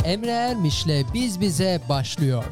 Emre Ermiş'le Biz Bize başlıyor.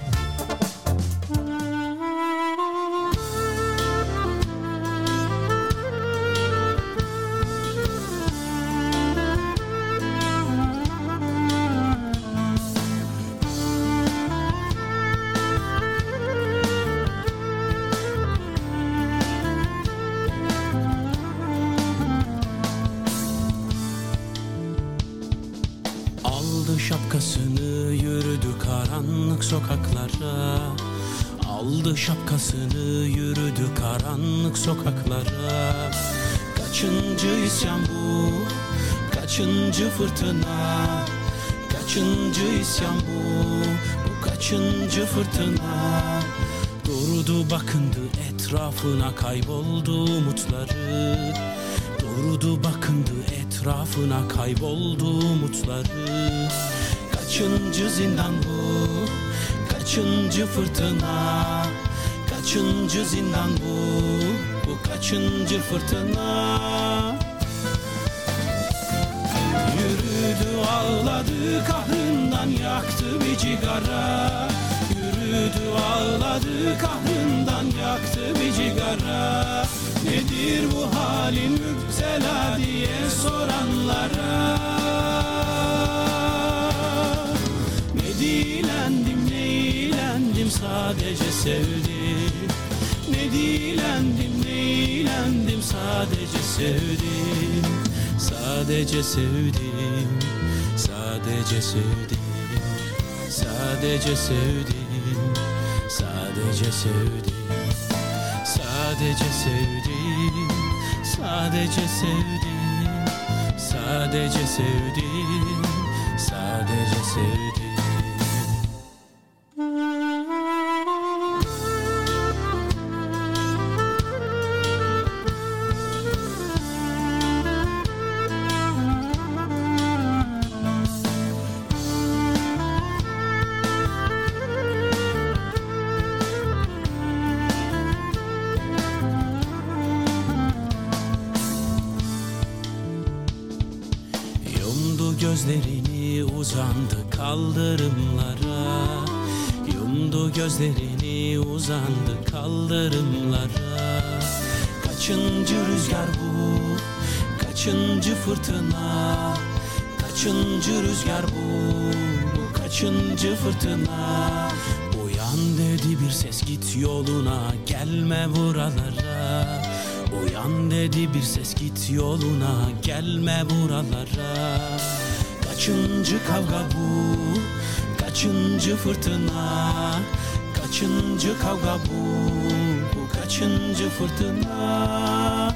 Şapkasını yürüdü karanlık sokaklara. Aldı şapkasını yürüdü karanlık sokaklara. Kaçıncı isyan bu, kaçıncı fırtına, kaçıncı isyan bu kaçıncı fırtına. Durdu bakındı etrafına, kayboldu umutları. Durdu bakındı etrafına, kayboldu umutları. Kaçıncı zindan bu, kaçıncı fırtına, kaçıncı zindan bu kaçıncı fırtına. Yürüdü ağladı kahrından, yaktı bir cigara. Yürüdü ağladı kahrından, yaktı bir cigara. Nedir bu halin müptela diye soranlara. Ne dilendim ne eğlendim, sadece sevdim. Ne dilendim ne eğlendim, sadece sevdim. Sadece sevdim, sadece sevdim. Sadece sevdim, sadece sevdim. Sadece sevdim, sadece sevdim. Sadece sevdim, sadece sevdim. Gözlerini uzandı kaldırımlara. Yumdu gözlerini uzandı kaldırımlara. Kaçıncı rüzgar bu, kaçıncı fırtına, kaçıncı rüzgar bu kaçıncı fırtına. Uyan dedi bir ses, git yoluna, gelme buralara. Uyan dedi bir ses, git yoluna, gelme buralara. Kaçıncı kavga bu, kaçıncı fırtına, kaçıncı kavga bu kaçıncı fırtına.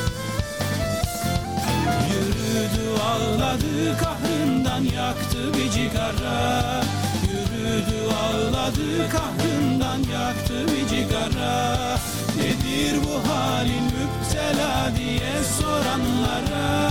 Yürüdü ağladı kahrından, yaktı bir cigara. Yürüdü ağladı kahrından, yaktı bir cigara. Nedir bu halin müptela diye soranlara.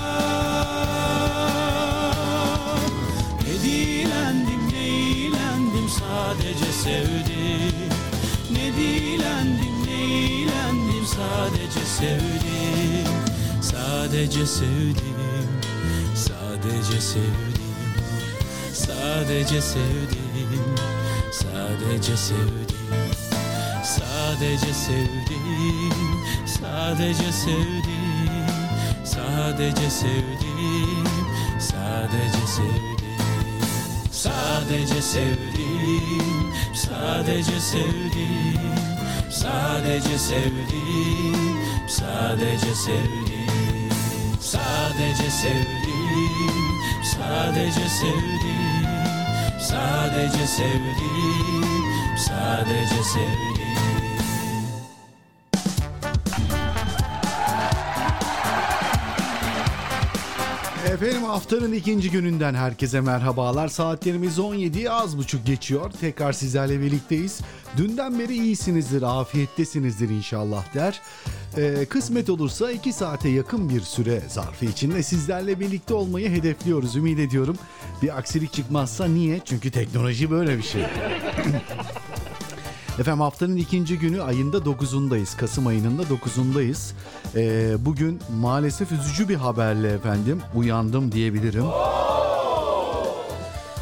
Ne dilendim ne eğlendim, sadece sevdim. Ne dilendim ne eğlendim, sadece sevdim. Sadece sevdim, sadece sevdim. Sadece sevdim, sadece sevdim. Sadece sevdim, sadece sevdim. Sadece sevdim, sadece sevdim. Sadece sevdim, sadece sevdim. Sadece sevdim, sadece sevdim. Sadece sevdim, sadece sevdim. Sadece sevdim, sadece sevdim. Efendim, haftanın ikinci gününden herkese merhabalar. Saatlerimiz 17'yi az buçuk geçiyor. Tekrar sizlerle birlikteyiz. Dünden beri iyisinizdir, afiyettesinizdir inşallah der. Kısmet olursa 2 saate yakın bir süre zarfı içinde sizlerle birlikte olmayı hedefliyoruz. Ümit ediyorum bir aksilik çıkmazsa. Niye? Çünkü teknoloji böyle bir şey. Efendim, haftanın ikinci günü, ayında 9'undayız. Kasım ayının da 9'undayız. Bugün maalesef üzücü bir haberle efendim uyandım diyebilirim.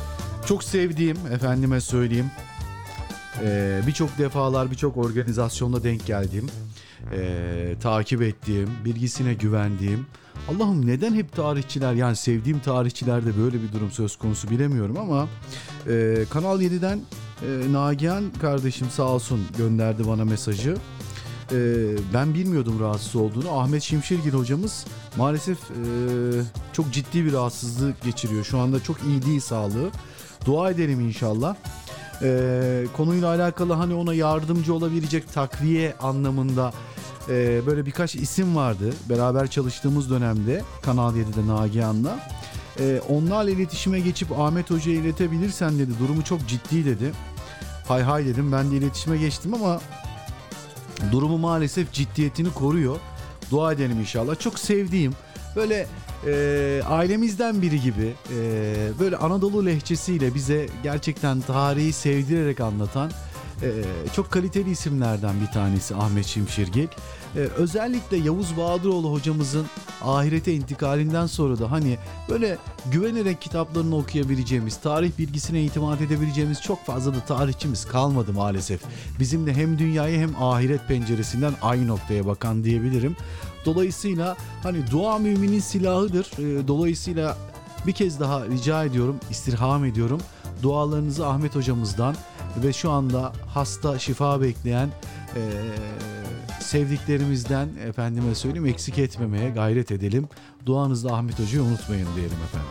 Çok sevdiğim, efendime söyleyeyim, birçok defalar birçok organizasyonda denk geldiğim, takip ettiğim, bilgisine güvendiğim, Allah'ım neden hep tarihçiler, yani sevdiğim tarihçilerde böyle bir durum söz konusu bilemiyorum ama Kanal 7'den Nagihan kardeşim sağ olsun gönderdi bana mesajı. Ben bilmiyordum rahatsız olduğunu. Ahmet Şimşirgil hocamız maalesef çok ciddi bir rahatsızlık geçiriyor. Şu anda çok iyi değil sağlığı. Dua edelim inşallah. Konuyla alakalı hani ona yardımcı olabilecek takviye anlamında böyle birkaç isim vardı. Beraber çalıştığımız dönemde Kanal 7'de Nagihan'la. Onlarla iletişime geçip Ahmet Hoca'ya iletebilirsen dedi. Durumu çok ciddi dedi. Hay hay dedim. Ben de iletişime geçtim ama durumu maalesef ciddiyetini koruyor. Dua edelim inşallah. Çok sevdiğim böyle ailemizden biri gibi böyle Anadolu lehçesiyle bize gerçekten tarihi sevdirerek anlatan çok kaliteli isimlerden bir tanesi Ahmet Şimşirgil. Özellikle Yavuz Bahadıroğlu hocamızın ahirete intikalinden sonra da hani böyle güvenerek kitaplarını okuyabileceğimiz, tarih bilgisine itimat edebileceğimiz çok fazla da tarihçimiz kalmadı maalesef. Bizim de hem dünyaya hem ahiret penceresinden aynı noktaya bakan diyebilirim. Dolayısıyla hani dua müminin silahıdır. Dolayısıyla bir kez daha rica ediyorum, istirham ediyorum. Dualarınızı Ahmet hocamızdan ve şu anda hasta şifa bekleyen sevdiklerimizden efendime söyleyeyim eksik etmemeye gayret edelim. Duanızda Ahmet Hoca'yı unutmayın diyelim efendim.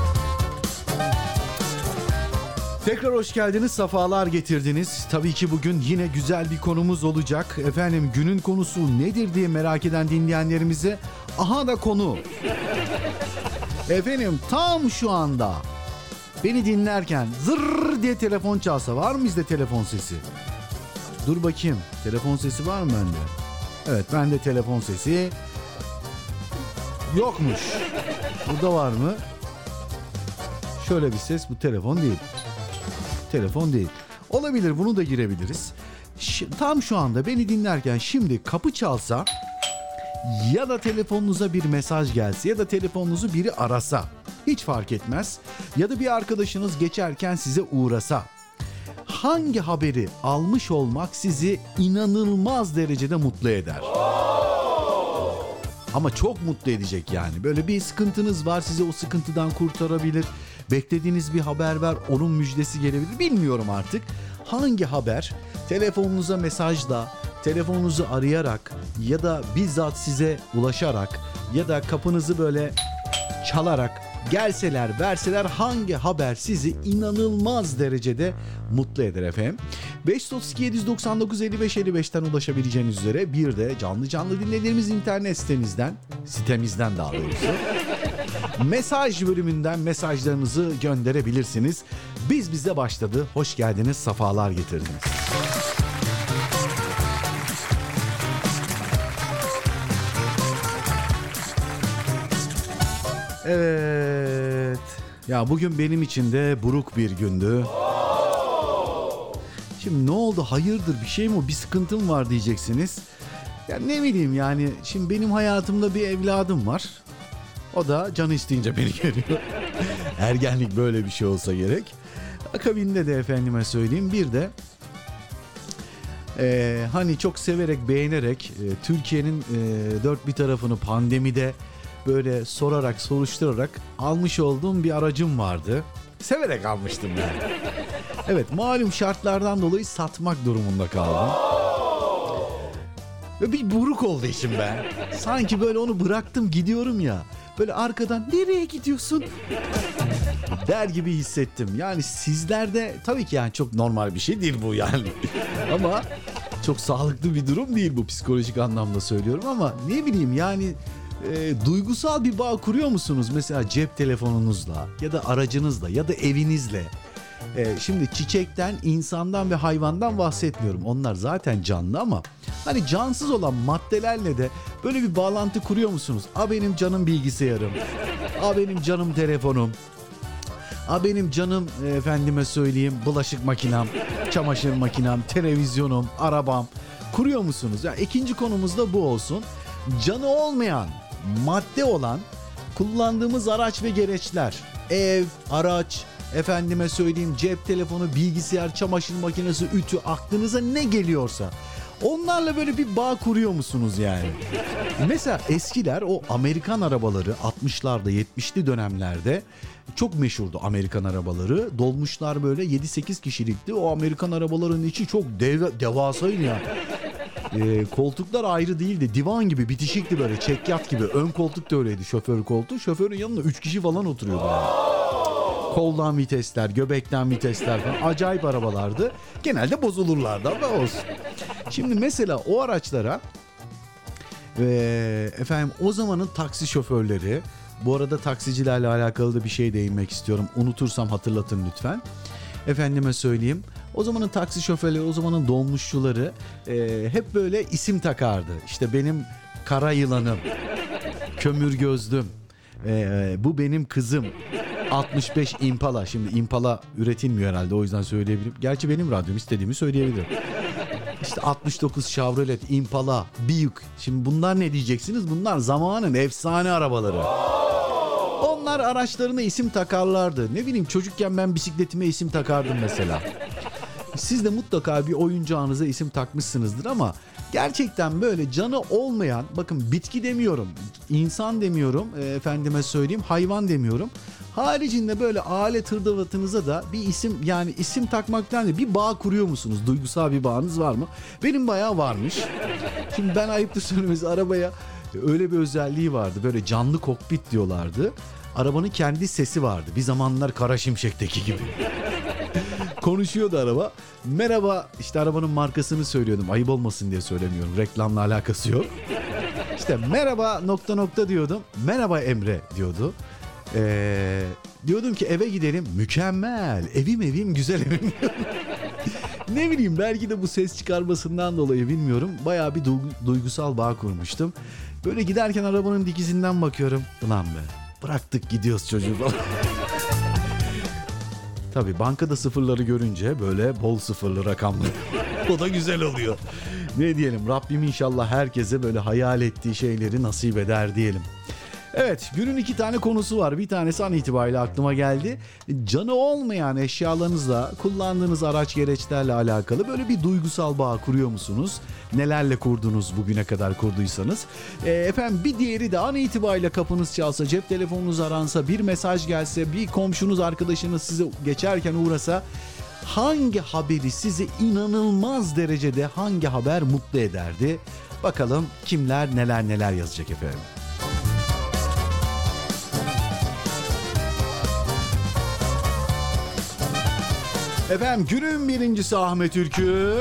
Tekrar hoş geldiniz, safalar getirdiniz. Tabii ki bugün yine güzel bir konumuz olacak. Efendim günün konusu nedir diye merak eden dinleyenlerimize aha da konu. Efendim tam şu anda beni dinlerken zırr diye telefon çalsa, var mı bizde telefon sesi? Dur bakayım, telefon sesi var mı bende? Evet, bende telefon sesi yokmuş. Burada var mı? Şöyle bir ses, bu telefon değil. Telefon değil. Olabilir, bunu da girebiliriz. Tam şu anda beni dinlerken şimdi kapı çalsa ya da telefonunuza bir mesaj gelse ya da telefonunuzu biri arasa, hiç fark etmez, ya da bir arkadaşınız geçerken size uğrasa, hangi haberi almış olmak sizi inanılmaz derecede mutlu eder? Ama çok mutlu edecek yani. Böyle bir sıkıntınız var, sizi o sıkıntıdan kurtarabilir. Beklediğiniz bir haber var, onun müjdesi gelebilir. Bilmiyorum artık. Hangi haber telefonunuza mesajla, telefonunuzu arayarak ya da bizzat size ulaşarak ya da kapınızı böyle çalarak gelseler, verseler, hangi haber sizi inanılmaz derecede mutlu eder efendim? 532 799 55 55'ten ulaşabileceğiniz üzere bir de canlı dinlediğimiz internet sitemizden daha doğrusu mesaj bölümünden mesajlarınızı gönderebilirsiniz. Biz bize başladı. Hoş geldiniz, safalar getirdiniz. Evet. Ya bugün benim için de buruk bir gündü. Şimdi ne oldu? Hayırdır, bir şey mi? Bir sıkıntım var diyeceksiniz. Ya ne bileyim yani. Şimdi benim hayatımda bir evladım var. O da canı isteyince beni görüyor. Ergenlik böyle bir şey olsa gerek. Akabinde de efendime söyleyeyim bir de hani çok severek, beğenerek Türkiye'nin dört bir tarafını pandemide böyle sorarak, soruşturarak almış olduğum bir aracım vardı. Severek almıştım yani. Evet, malum şartlardan dolayı satmak durumunda kaldım. Ve bir buruk oldu işim ben. Sanki böyle onu bıraktım gidiyorum ya. Böyle arkadan nereye gidiyorsun der gibi hissettim. Yani sizlerde tabii ki yani çok normal bir şey değil bu yani. Ama çok sağlıklı bir durum değil bu, psikolojik anlamda söylüyorum ama ne bileyim yani duygusal bir bağ kuruyor musunuz mesela cep telefonunuzla ya da aracınızla ya da evinizle? Şimdi çiçekten, insandan ve hayvandan bahsetmiyorum. Onlar zaten canlı ama hani cansız olan maddelerle de böyle bir bağlantı kuruyor musunuz? Benim canım bilgisayarım. Benim canım telefonum. Benim canım efendime söyleyeyim bulaşık makinem, çamaşır makinem, televizyonum, arabam. Kuruyor musunuz? Ya ikinci konumuz da bu olsun. Canı olmayan, madde olan kullandığımız araç ve gereçler, ev, araç, efendime söyleyeyim cep telefonu, bilgisayar, çamaşır makinesi, ütü, aklınıza ne geliyorsa onlarla böyle bir bağ kuruyor musunuz yani? Mesela eskiler o Amerikan arabaları 60'larda 70'li dönemlerde çok meşhurdu Amerikan arabaları. Dolmuşlar böyle 7-8 kişilikti. O Amerikan arabaların içi çok devasaydı ya. Koltuklar ayrı değildi. Divan gibi bitişikti böyle, çekyat gibi. Ön koltuk da öyleydi, şoför koltuğu. Şoförün yanında 3 kişi falan oturuyordu yani. Koldan vitesler, göbekten vitesler falan. Acayip arabalardı. Genelde bozulurlardı ama olsun. Şimdi mesela o araçlara efendim o zamanın taksi şoförleri, bu arada taksicilerle alakalı da bir şey değinmek istiyorum. Unutursam hatırlatın lütfen. Efendime söyleyeyim. O zamanın taksi şoförleri, o zamanın dolmuşçuları hep böyle isim takardı. İşte benim kara yılanım, kömür gözlüm, bu benim kızım, 65 Impala. Şimdi Impala üretilmiyor herhalde, o yüzden söyleyebilirim. Gerçi benim radyom, istediğimi söyleyebilirim. İşte 69 Chevrolet, Impala, Buick. Şimdi bunlar ne diyeceksiniz? Bunlar zamanın efsane arabaları. Onlar araçlarına isim takarlardı. Ne bileyim, çocukken ben bisikletime isim takardım mesela. Siz de mutlaka bir oyuncağınıza isim takmışsınızdır ama gerçekten böyle canı olmayan, bakın bitki demiyorum, insan demiyorum, efendime söyleyeyim hayvan demiyorum. Haricinde böyle alet hırdavatınıza da bir isim, yani isim takmaktan da bir bağ kuruyor musunuz? Duygusal bir bağınız var mı? Benim bayağı varmış. Şimdi ben ayıptır söylemesi, arabaya öyle bir özelliği vardı. Böyle canlı kokpit diyorlardı. Arabanın kendi sesi vardı. Bir zamanlar Kara Şimşek'teki gibi. Konuşuyordu araba. Merhaba, işte arabanın markasını söylüyordum. Ayıp olmasın diye söylemiyorum. Reklamla alakası yok. İşte merhaba ... diyordum. Merhaba Emre diyordu. Diyordum ki eve gidelim. Mükemmel. Evim güzel evim. Ne bileyim, belki de bu ses çıkarmasından dolayı bilmiyorum. Bayağı bir duygusal bağ kurmuştum. Böyle giderken arabanın dikisinden bakıyorum. Ulan be, bıraktık gidiyoruz çocuğu falan. Tabii bankada sıfırları görünce böyle bol sıfırlı rakamlar. O da güzel oluyor. Ne diyelim, Rabbim inşallah herkese böyle hayal ettiği şeyleri nasip eder diyelim. Evet, günün 2 tane konusu var. Bir tanesi an itibariyle aklıma geldi. Canı olmayan eşyalarınızla, kullandığınız araç gereçlerle alakalı böyle bir duygusal bağ kuruyor musunuz? Nelerle kurdunuz bugüne kadar, kurduysanız? Efendim bir diğeri de an itibariyle kapınız çalsa, cep telefonunuz aransa, bir mesaj gelse, bir komşunuz, arkadaşınız size geçerken uğrasa, hangi haberi sizi inanılmaz derecede, hangi haber mutlu ederdi? Bakalım kimler neler yazacak efendim. Efendim günün birincisi Ahmet Ülkü.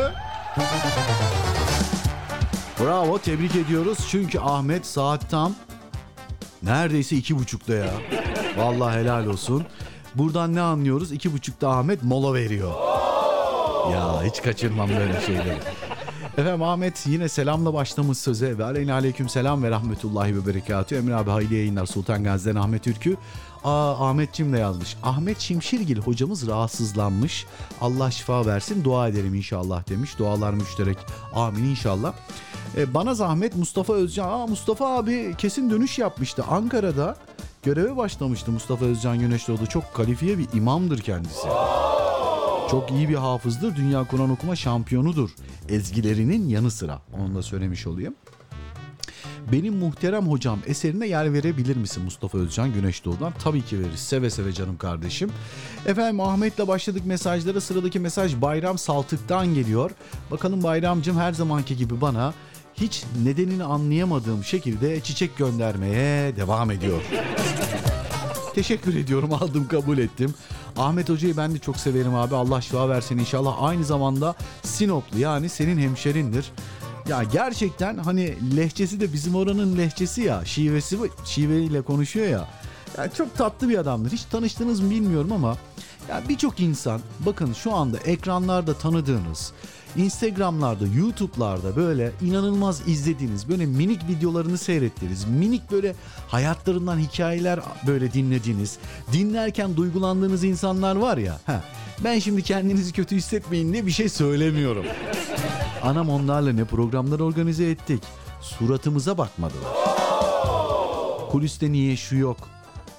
Bravo, tebrik ediyoruz. Çünkü Ahmet saat tam neredeyse 2.30'da ya. Vallahi helal olsun. Buradan ne anlıyoruz? 2.30'da Ahmet mola veriyor. Ya hiç kaçırmam böyle şeyleri. Efendim Ahmet yine selamla başlamış söze. Ve aleyküm selam ve rahmetullahi ve berekatü. Emre abi hayırlı yayınlar. Sultan Gazi'den Ahmet Ülkü. Ahmetçim de yazmış. Ahmet Şimşirgil hocamız rahatsızlanmış. Allah şifa versin, dua edelim inşallah demiş. Dualar müşterek. Amin inşallah. Bana zahmet Mustafa Özcan. Mustafa abi kesin dönüş yapmıştı. Ankara'da göreve başlamıştı Mustafa Özcan Güneşlioğlu. Çok kalifiye bir imamdır kendisi. Çok iyi bir hafızdır. Dünya Kur'an okuma şampiyonudur. Ezgilerinin yanı sıra. Onu da söylemiş olayım. Benim muhterem hocam eserine yer verebilir misin Mustafa Özcan Güneşdoğu'dan? Tabii ki veririz. Seve seve canım kardeşim. Efendim Ahmet'le başladık mesajlara. Sıradaki mesaj Bayram Saltık'tan geliyor. Bakalım Bayramcığım her zamanki gibi bana hiç nedenini anlayamadığım şekilde çiçek göndermeye devam ediyor. Teşekkür ediyorum, aldım kabul ettim. Ahmet Hoca'yı ben de çok severim abi. Allah şifa versin inşallah. Aynı zamanda Sinoplu, yani senin hemşerindir. Ya gerçekten hani lehçesi de bizim oranın lehçesi ya. Şiveyle konuşuyor ya. Yani çok tatlı bir adamdır. Hiç tanıştınız mı bilmiyorum ama ya birçok insan, bakın şu anda ekranlarda tanıdığınız, Instagram'larda, YouTube'larda böyle inanılmaz izlediğiniz, böyle minik videolarını seyrettiğiniz, minik böyle hayatlarından hikayeler böyle dinlediğiniz, dinlerken duygulandığınız insanlar var ya. Ben şimdi kendinizi kötü hissetmeyin diye bir şey söylemiyorum. Anam onlarla ne programlar organize ettik. Suratımıza bakmadılar. Kuliste niye şu yok?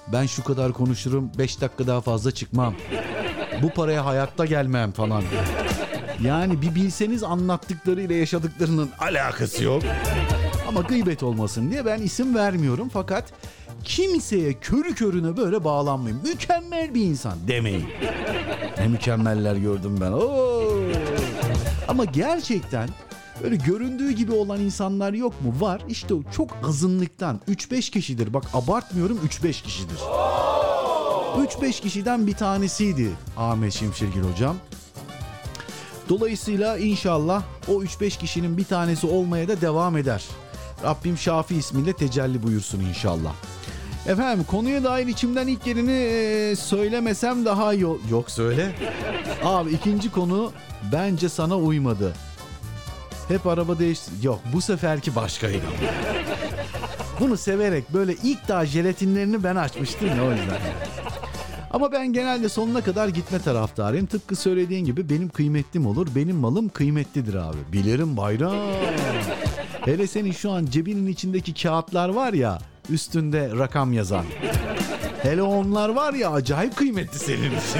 Ben şu kadar konuşurum, 5 dakika daha fazla çıkmam. Bu paraya hayatta gelmem falan. Yani bir bilseniz anlattıklarıyla yaşadıklarının alakası yok. Ama gıybet olmasın diye ben isim vermiyorum. Fakat kimseye körü körüne böyle bağlanmayın. Mükemmel bir insan demeyin. Ne mükemmeller gördüm ben. Oo. Ama gerçekten öyle göründüğü gibi olan insanlar yok mu? Var. İşte o çok azınlıktan 3-5 kişidir. Bak abartmıyorum, 3-5 kişidir. 3-5 kişiden bir tanesiydi Ahmet Şimşirgil hocam. Dolayısıyla inşallah o 3-5 kişinin bir tanesi olmaya da devam eder. Rabbim Şafi ismiyle tecelli buyursun inşallah. Efendim konuya dair içimden ilk yerini söylemesem daha iyi yok söyle. Abi ikinci konu bence sana uymadı. Hep araba değişti. Yok bu seferki başkaydı. Bunu severek böyle ilk daha jelatinlerini ben açmıştım ya o yüzden. Ama ben genelde sonuna kadar gitme taraftarıyım. Tıpkı söylediğin gibi benim kıymetlim olur. Benim malım kıymetlidir abi. Bilirim bayram. Hele senin şu an cebinin içindeki kağıtlar var ya, üstünde rakam yazan. Hele onlar var ya, acayip kıymetli senin için.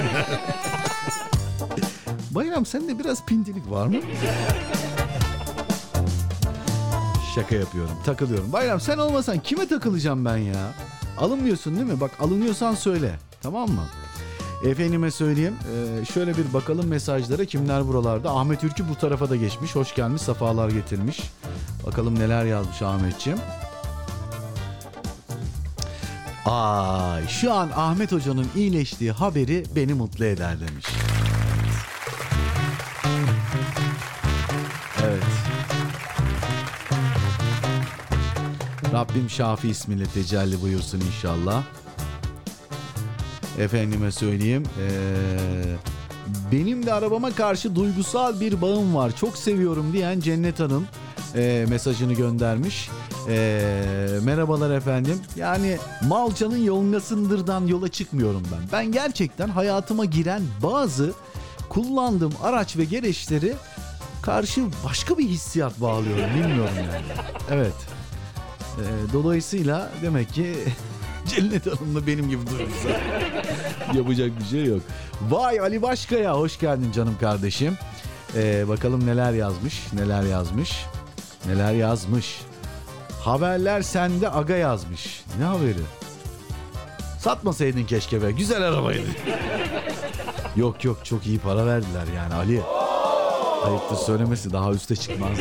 Bayram sende biraz pintilik var mı? Şaka yapıyorum, takılıyorum. Bayram sen olmasan kime takılacağım ben ya? Alınmıyorsun değil mi? Bak alınıyorsan söyle. Tamam mı? Efendime söyleyeyim. Şöyle bir bakalım mesajlara, kimler buralarda. Ahmet Ürkü bu tarafa da geçmiş. Hoş gelmiş, sefalar getirmiş. Bakalım neler yazmış Ahmetciğim. Ay, şu an Ahmet Hoca'nın iyileştiği haberi beni mutlu eder demiş. Evet. Rabbim Şafi ismiyle tecelli buyursun inşallah. Efendime söyleyeyim. Benim de arabama karşı duygusal bir bağım var. Çok seviyorum diyen Cennet Hanım mesajını göndermiş. Merhabalar efendim. Yani Malca'nın yongasındırdan yola çıkmıyorum ben. Ben gerçekten hayatıma giren bazı kullandığım araç ve gereçleri karşı başka bir hissiyat bağlıyorum. Bilmiyorum yani. Evet. Dolayısıyla demek ki Cennet Hanım da benim gibi duygusal. Yapacak bir şey yok. Vay Ali Başkaya, hoş geldin canım kardeşim. Bakalım neler yazmış. Haberler sende aga yazmış. Ne haberi? Satmasaydın keşke be. Güzel arabaydı. Yok çok iyi para verdiler yani Ali. Ayıptır söylemesi, daha üste çıkmazdı.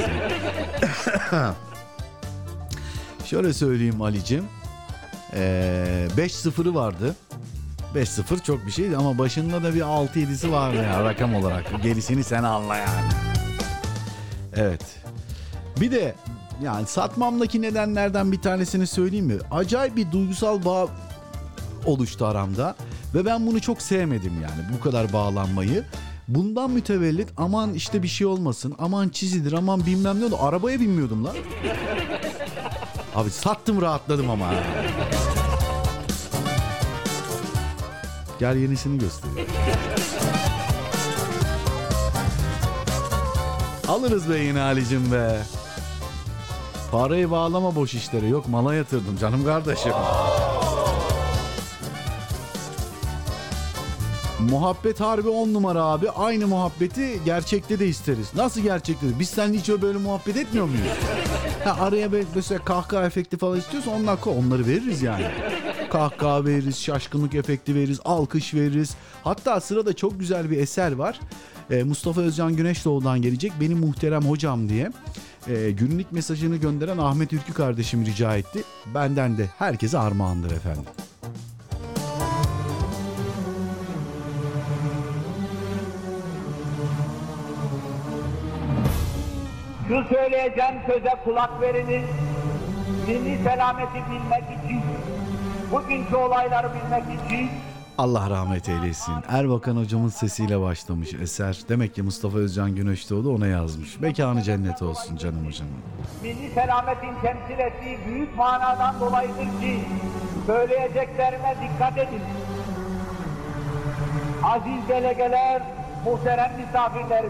Şöyle söyleyeyim Ali'cim. 5-0'ı vardı. 5-0 çok bir şeydi ama başında da bir 6-7'si vardı ya rakam olarak. Gerisini sen anla yani. Evet. Bir de yani satmamdaki nedenlerden bir tanesini söyleyeyim mi? Acayip bir duygusal bağ oluştu aramda ve ben bunu çok sevmedim yani bu kadar bağlanmayı. Bundan mütevellit aman işte bir şey olmasın, aman çizilir, aman bilmem ne oldu. Arabaya binmiyordum lan. Abi sattım, rahatladım ama. Gel yenisini göstereyim. Alırız be yine Ali'cim be. Parayı bağlama boş işlere. Yok mala yatırdım canım kardeşim. Muhabbet harbi 10 numara abi. Aynı muhabbeti gerçekte de isteriz. Nasıl gerçekte de? Biz seninle hiç böyle muhabbet etmiyor muyuz? Araya mesela kahkaha efekti falan istiyorsan onları veririz yani. Kahkaha veririz, şaşkınlık efekti veririz, alkış veririz. Hatta sırada çok güzel bir eser var. Mustafa Özcan Güneşdoğu'dan gelecek. Benim muhterem hocam diye. Günlük mesajını gönderen Ahmet Ürkü kardeşim rica etti. Benden de herkese armağandır efendim. Şu söyleyeceğim söze kulak veriniz. Milli selameti bilmek için, bugünkü olayları bilmek için. Allah rahmet eylesin. Erbakan hocamın sesiyle başlamış eser. Demek ki Mustafa Özcan Güneşdoğdu ona yazmış. Mekanı cennet olsun canım hocamın. Milli selametin temsil ettiği büyük manadan dolayıdır ki söyleyeceklerime dikkat edin. Aziz delegeler, muhterem misafirlerim.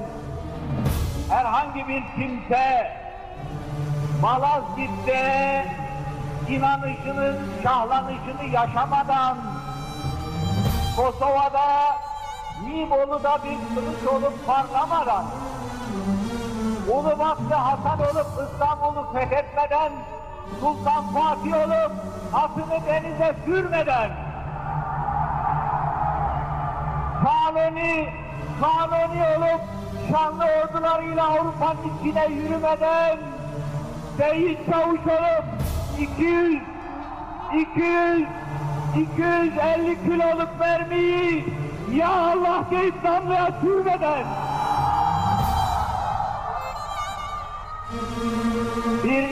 Herhangi bir kimse Malazgirt'te inanışının şahlanışını yaşamadan Kosova'da, Nibolu'da bir kılıç olup parlamadan, Ulubatlı Hasan olup İstanbul'u fethetmeden, Sultan Fatih olup atını denize sürmeden, Kanuni olup şanlı ordularıyla Avrupa'nın içine yürümeden, Seyit Çavuş olup 250 kiloluk mermiyi ya Allah deyip damlaya sürmeden, bir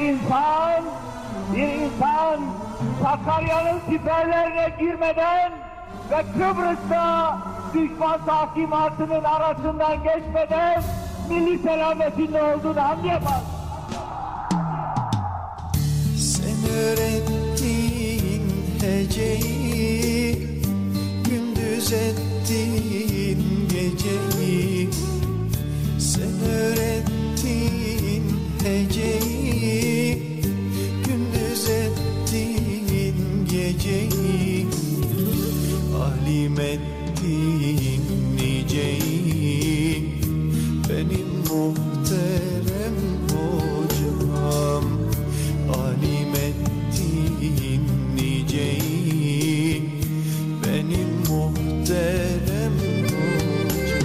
insan Sakarya'nın siperlerine girmeden ve Kıbrıs'ta düşman tahkimatının arasından geçmeden milli selametin ne olduğunu anlayamaz. Sen öğrettin heceyi, gündüz ettin geceyi. Sen öğrettin heceyi, gündüz ettin geceyi. Alim ettin niceyi, benim muhterem hocam. Alim ettin niceyi, benim muhterem hocam.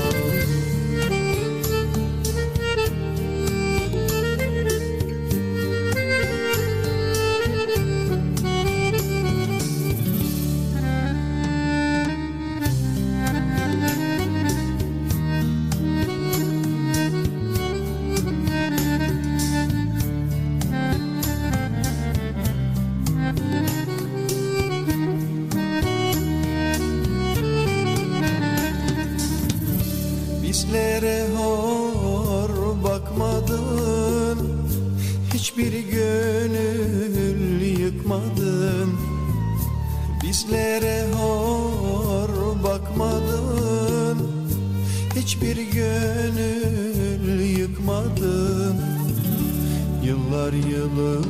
Bizlere hor bakmadın, hiçbir gönül yıkmadın. Bizlere hor bakmadın, hiçbir gönül yıkmadın. Yıllar yılı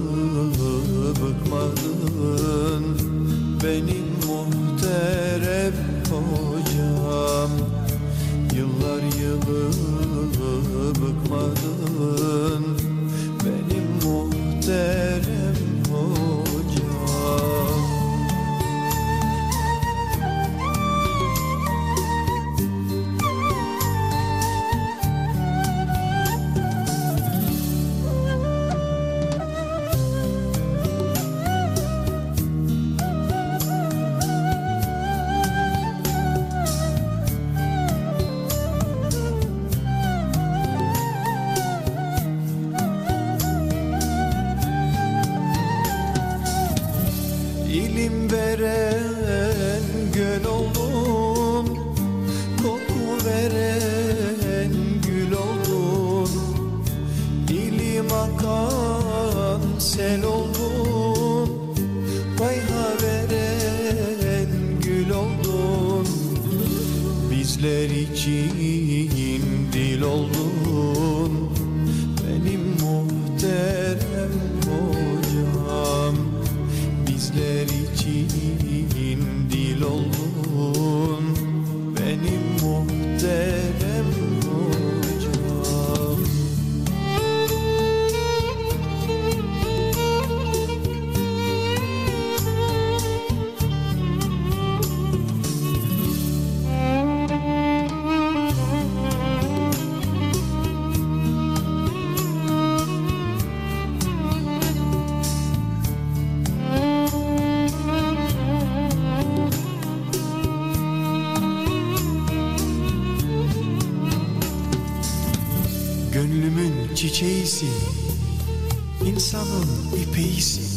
bıkmadın, benim muhterem hocam. Yıllar yılı bıkmadın, benim muhterem hocam. İlim veren göl oldun, koku veren gül oldun. İlim akan sel oldun, bayha veren gül oldun. Bizler için dil oldun, benim muhterem hocam. Bizler için dil oldun, benim muhterem hocam. Gönlümün çiçeğisin, insanın ipeğisin.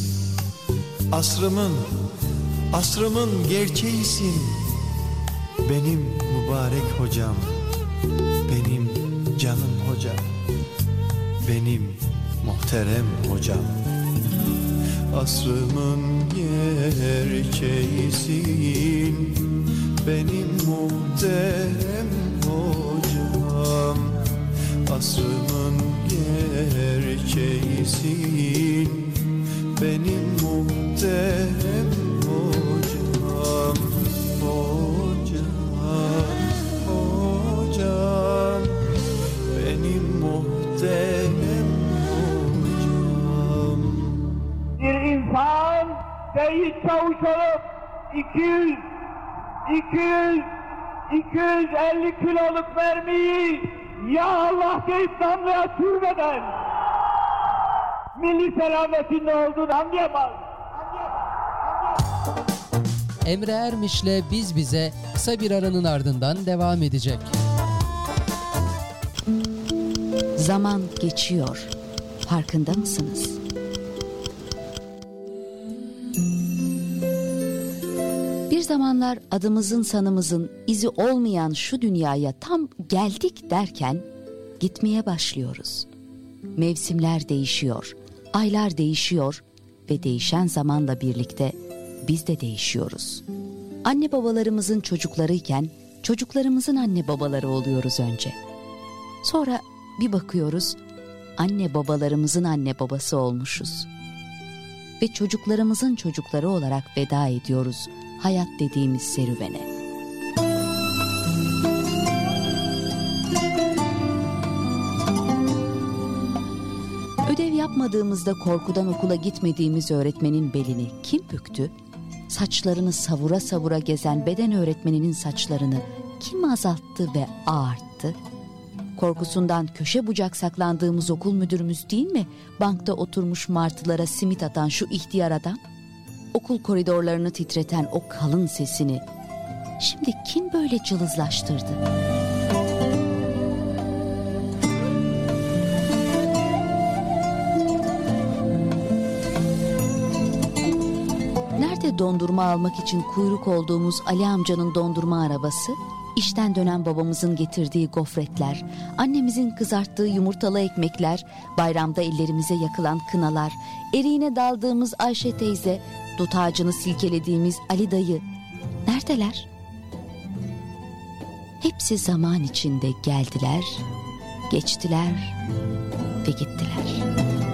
Asrımın gerçeğisin. Benim mübarek hocam, benim canım hocam, benim muhterem hocam. Asrımın gerçeğisin, benim muhterem hocam. Asrımın gerçeğisin, benim Seyit Çavuşoğlu 250 kiloluk mermiyi ya Allah deyip namluya sürmeden milli selametin ne olduğunu anlayamaz. Emre Ermiş'le Biz Bize kısa bir aranın ardından devam edecek. Zaman geçiyor. Farkında mısınız? Bir zamanlar adımızın sanımızın izi olmayan şu dünyaya tam geldik derken gitmeye başlıyoruz. Mevsimler değişiyor, aylar değişiyor ve değişen zamanla birlikte biz de değişiyoruz. Anne babalarımızın çocuklarıyken çocuklarımızın anne babaları oluyoruz önce. Sonra bir bakıyoruz, anne babalarımızın anne babası olmuşuz. Ve çocuklarımızın çocukları olarak veda ediyoruz hayat dediğimiz serüvene. Ödev yapmadığımızda korkudan okula gitmediğimiz öğretmenin belini kim büktü? Saçlarını savura savura gezen beden öğretmeninin saçlarını kim azalttı ve ağarttı? Korkusundan köşe bucak saklandığımız okul müdürümüz değil mi? Bankta oturmuş martılara simit atan şu ihtiyar adam? Okul koridorlarını titreten o kalın sesini şimdi kim böyle cılızlaştırdı? Nerede dondurma almak için kuyruk olduğumuz Ali amcanın dondurma arabası? İşten dönen babamızın getirdiği gofretler, annemizin kızarttığı yumurtalı ekmekler, bayramda ellerimize yakılan kınalar, eriğine daldığımız Ayşe teyze, dut ağacını silkelediğimiz Ali dayı. Neredeler? Hepsi zaman içinde geldiler, geçtiler ve gittiler.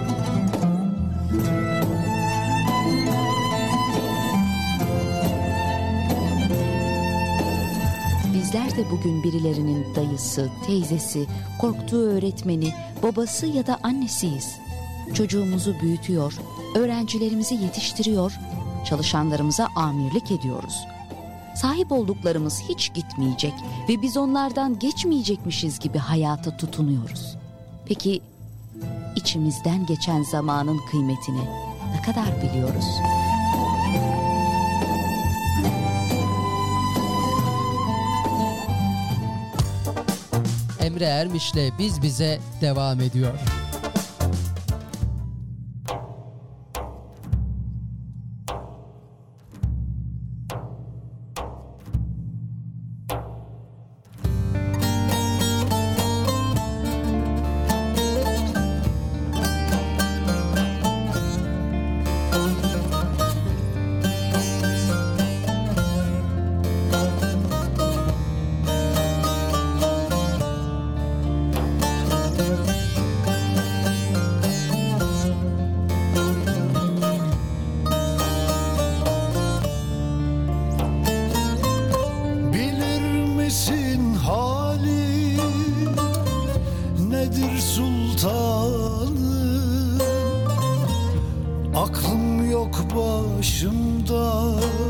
Bizler de bugün birilerinin dayısı, teyzesi, korktuğu öğretmeni, babası ya da annesiyiz. Çocuğumuzu büyütüyor, öğrencilerimizi yetiştiriyor, çalışanlarımıza amirlik ediyoruz. Sahip olduklarımız hiç gitmeyecek ve biz onlardan geçmeyecekmişiz gibi hayata tutunuyoruz. Peki içimizden geçen zamanın kıymetini ne kadar biliyoruz? Emre Ermiş'le Biz Bize devam ediyor. Aklım yok başımda,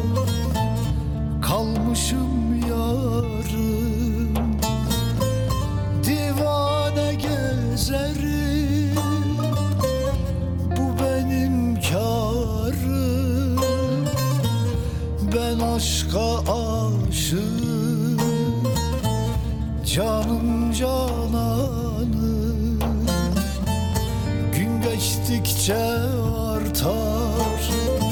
kalmışım yarım. Divane gezerim, bu benim kârım. Ben aşka aşığım, canım cananım. Gün geçtikçe artar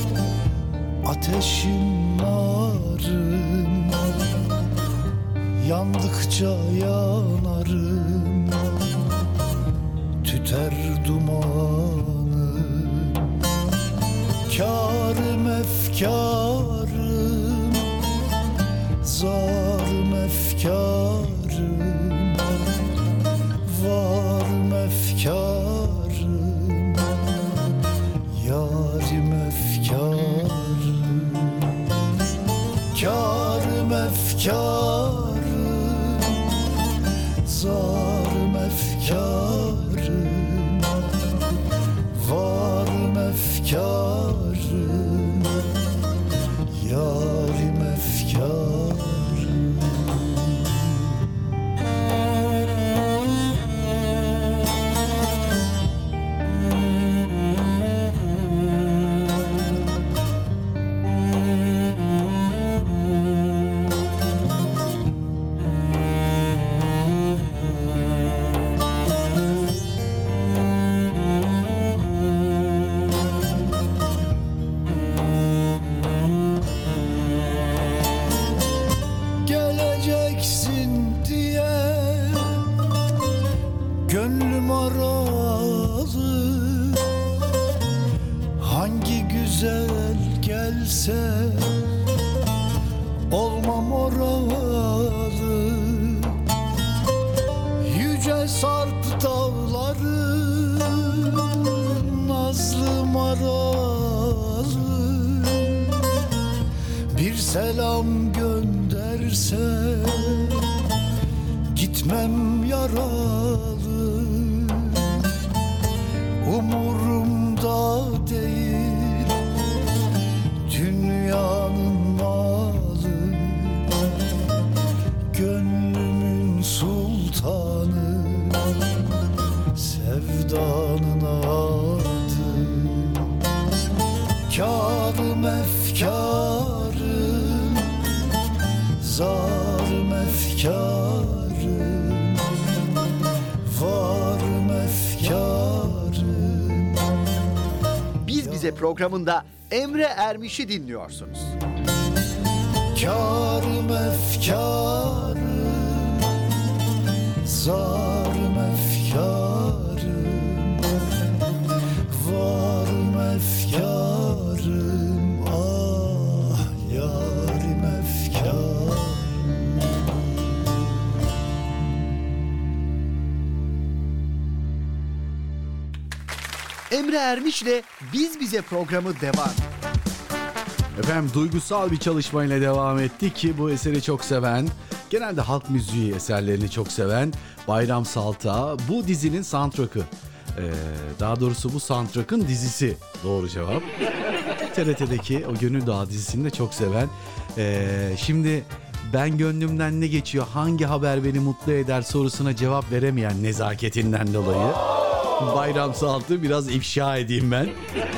ateşim narım, yandıkça yanarım, tüter dumanım. Kârım efkârım, zarım efkârım, varım efkârım, yarim efkârım. Kârım efkârım, zarım efkârım, varım efkârım, selam gönderse gitmem yaralı, umurumda değil dünyanın malı, gönlümün sultanı, sevdanın adı. Kârım efkârım, zarım efkârım, varım efkârım. Biz Bize programında Emre Ermiş'i dinliyorsunuz. Kârım efkârım, zarım efkârım, varım efkârım, ah yarim efkârım. Emre Ermiş'le Biz Bize programı devam. Efendim duygusal bir çalışmayla devam ettik ki bu eseri çok seven, genelde halk müziği eserlerini çok seven Bayram Salta bu dizinin soundtrack'ı. Daha doğrusu bu soundtrack'ın dizisi doğru cevap. TRT'deki o Gönül Dağı dizisini de çok seven. Şimdi ben gönlümden ne geçiyor, hangi haber beni mutlu eder sorusuna cevap veremeyen nezaketinden dolayı Bayram Salt'ı biraz ifşa edeyim ben.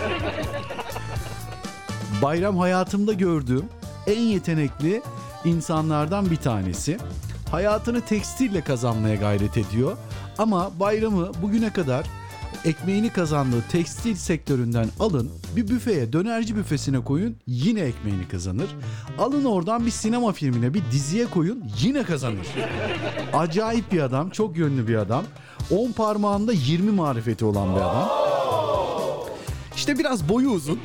Bayram hayatımda gördüğüm en yetenekli insanlardan bir tanesi. Hayatını tekstille kazanmaya gayret ediyor. Ama Bayram'ı bugüne kadar ekmeğini kazandığı tekstil sektöründen alın, bir büfeye, dönerci büfesine koyun, yine ekmeğini kazanır. Alın oradan bir sinema filmine, bir diziye koyun, yine kazanır. Acayip bir adam, çok yönlü bir adam. 10 parmağında 20 marifeti olan bir adam. İşte biraz boyu uzun.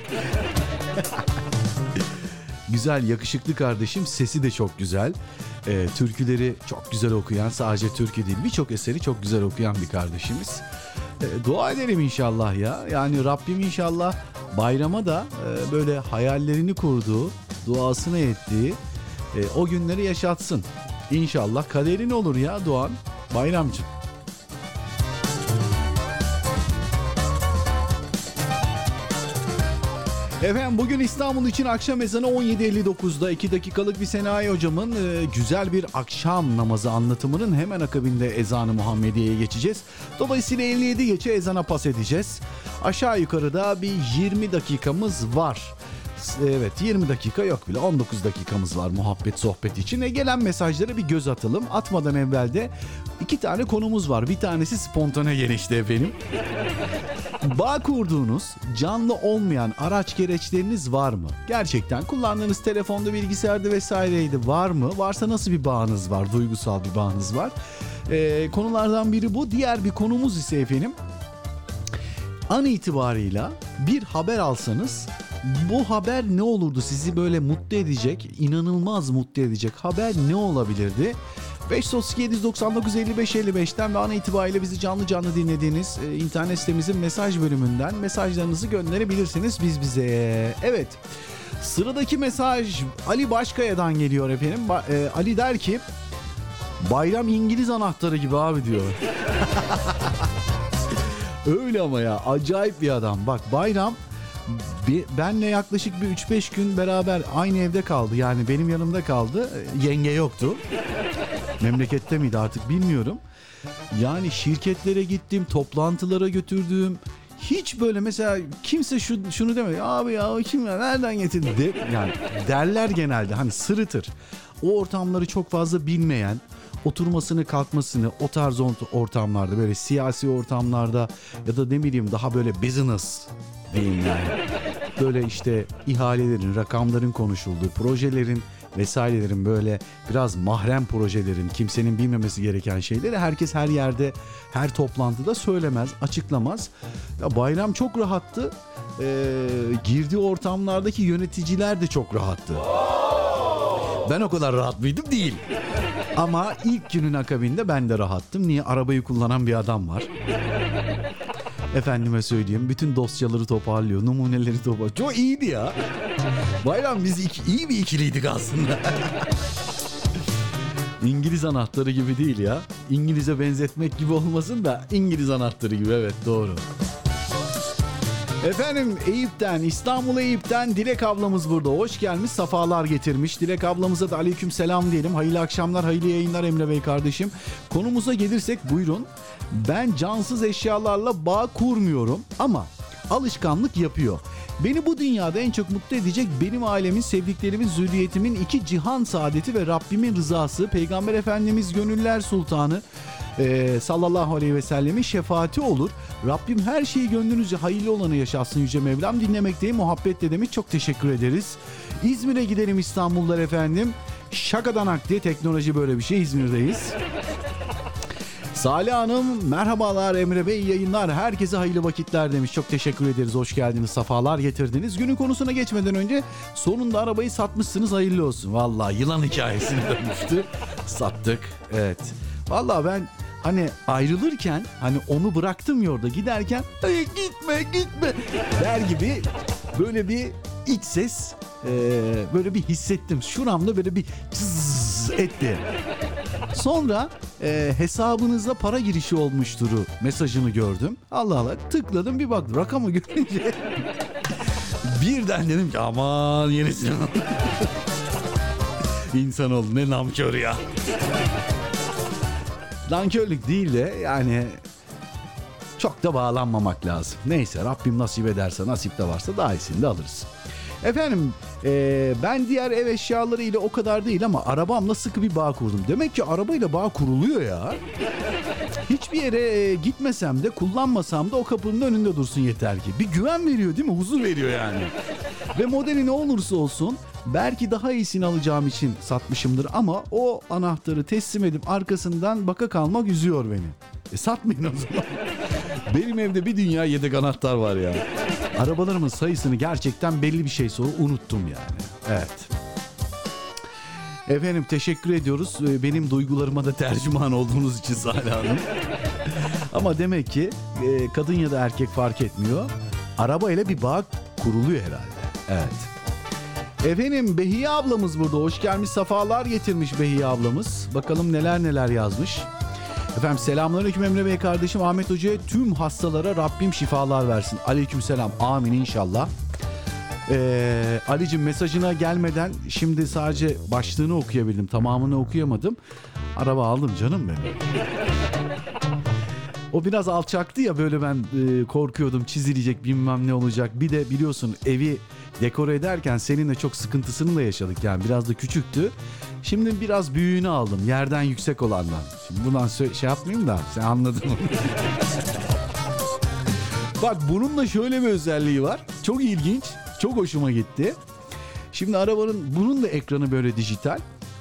Güzel, yakışıklı kardeşim, sesi de çok güzel. Türküleri çok güzel okuyan, sadece türkü değil birçok eseri çok güzel okuyan bir kardeşimiz. Dua ederim inşallah ya. Yani Rabbim inşallah Bayram'a da böyle hayallerini kurduğu, duasını ettiği o günleri yaşatsın. İnşallah kaderin olur ya Doğan, Bayramcığım. Efendim bugün İstanbul için akşam ezanı 17.59'da 2 dakikalık bir Senayi hocamın güzel bir akşam namazı anlatımının hemen akabinde ezanı Muhammediye'ye geçeceğiz. Dolayısıyla 57 geçe ezana pas edeceğiz. Aşağı yukarıda bir 20 dakikamız var. Evet 20 dakika yok bile 19 dakikamız var muhabbet sohbet için. Gelen mesajlara bir göz atalım. Atmadan evvel de 2 tane konumuz var. Bir tanesi spontane gelişti efendim. Bağ kurduğunuz canlı olmayan araç gereçleriniz var mı? Gerçekten kullandığınız telefonda, bilgisayarda vesaireydi var mı? Varsa nasıl bir bağınız var? Duygusal bir bağınız var. Konulardan biri bu. Diğer bir konumuz ise efendim an itibarıyla bir haber alsanız bu haber ne olurdu? Sizi böyle mutlu edecek, inanılmaz mutlu edecek haber ne olabilirdi? 537-799-55-55'ten ve an itibariyle bizi canlı canlı dinlediğiniz internet sitemizin mesaj bölümünden mesajlarınızı gönderebilirsiniz biz bize. Evet, sıradaki mesaj Ali Başkaya'dan geliyor efendim. Ali der ki Bayram İngiliz anahtarı gibi abi diyor. Öyle ama ya, acayip bir adam. Bak Bayram benle yaklaşık bir 3-5 gün beraber aynı evde kaldı. Yani benim yanımda kaldı. Yenge yoktu. Memlekette miydi artık bilmiyorum. Yani şirketlere gittim, toplantılara götürdüm. Hiç böyle mesela kimse şunu demedi. Abi ya o kim ya, nereden getirdi? Yani derler genelde, hani sırıtır. O ortamları çok fazla bilmeyen, oturmasını kalkmasını o tarz ortamlarda, böyle siyasi ortamlarda ya da ne bileyim daha böyle business diyeyim yani. Böyle işte ihalelerin, rakamların konuşulduğu, projelerin vesairelerin, böyle biraz mahrem projelerin, kimsenin bilmemesi gereken şeyleri herkes her yerde, her toplantıda söylemez, açıklamaz. Ya Bayram çok rahattı. Girdiği ortamlardaki yöneticiler de çok rahattı. Ben o kadar rahat mıydım? Değil. Ama ilk günün akabinde ben de rahattım. Niye? Arabayı kullanan bir adam var. Efendime söyleyeyim, bütün dosyaları toparlıyor, numuneleri toparlıyor. Çok iyiydi ya. Bayram biz iyi bir ikiliydik aslında. İngiliz anahtarı gibi değil ya. İngiliz'e benzetmek gibi olmasın da İngiliz anahtarı gibi, evet doğru. Efendim Eyüp'ten, İstanbul Eyüp'ten Dilek ablamız burada. Hoş gelmiş, safalar getirmiş. Dilek ablamıza da aleyküm selam diyelim. Hayırlı akşamlar, hayırlı yayınlar Emre Bey kardeşim. Konumuza gelirsek buyurun. Ben cansız eşyalarla bağ kurmuyorum ama alışkanlık yapıyor. Beni bu dünyada en çok mutlu edecek benim ailemin, sevdiklerimin, zürriyetimin, iki cihan saadeti ve Rabbimin rızası, Peygamber Efendimiz Gönüller Sultanı sallallahu aleyhi ve sellemin şefaati olur. Rabbim her şeyi gönlünüzce hayırlı olanı yaşatsın Yüce Mevlam. Dinlemekteyim, muhabbetle demiş. Çok teşekkür ederiz. İzmir'e gidelim İstanbul'dan efendim. Şakadan ak diye, teknoloji böyle bir şey, İzmir'deyiz. Salih Hanım merhabalar Emre Bey, yayınlar, herkese hayırlı vakitler demiş. Çok teşekkür ederiz, hoş geldiniz, safalar getirdiniz. Günün konusuna geçmeden önce sonunda arabayı satmışsınız, hayırlı olsun. Vallahi yılan hikayesine dönmüştü. Sattık, evet. Vallahi ben hani ayrılırken hani onu bıraktım yolda giderken gitme der gibi böyle bir iç ses böyle bir hissettim. Şuramda böyle bir cız etti. Sonra hesabınızda para girişi olmuştur mesajını gördüm. Allah Allah, tıkladım, bir baktım rakamı görünce birden dedim ki aman yenisini İnsanoğlu ne namkör ya. Nankörlük değil de yani çok da bağlanmamak lazım. Neyse, Rabbim nasip ederse, nasip de varsa daha iyisini de alırız. Efendim ben diğer ev eşyaları ile o kadar değil ama arabamla sıkı bir bağ kurdum. Demek ki arabayla bağ kuruluyor ya. Hiçbir yere gitmesem de, kullanmasam da o kapının önünde dursun yeter ki. Bir güven veriyor değil mi? Huzur veriyor yani. Ve modeli ne olursa olsun belki daha iyisini alacağım için satmışımdır ama o anahtarı teslim edip arkasından baka kalmak üzüyor beni. Satmayın o zaman. Benim evde bir dünya yedek anahtar var ya. Arabalarımın sayısını gerçekten belli bir şey sonra unuttum yani. Evet. Efendim teşekkür ediyoruz. Benim duygularıma da tercüman olduğunuz için Salih Hanım. Ama demek ki kadın ya da erkek fark etmiyor. Arabayla bir bağ kuruluyor herhalde. Evet. Efendim Behiye ablamız burada. Hoş gelmiş, safalar getirmiş Behiye ablamız. Bakalım neler yazmış. Efendim selamünaleyküm Emre Bey kardeşim. Ahmet Hoca'ya, tüm hastalara Rabbim şifalar versin. Aleykümselam. Amin inşallah. Ali'cim mesajına gelmeden şimdi sadece başlığını okuyabildim. Tamamını okuyamadım. Araba aldım canım benim. O biraz alçaktı ya, böyle ben korkuyordum çizilecek bilmem ne olacak. Bir de biliyorsun evi dekore ederken seninle çok sıkıntısını da yaşadık yani, biraz da küçüktü. Şimdi biraz büyüğünü aldım, yerden yüksek olandan. Şimdi bundan şey yapmayayım da sen anladın mı? Bak bunun da şöyle bir özelliği var. Çok ilginç, çok hoşuma gitti. Şimdi arabanın, bunun da ekranı böyle dijital.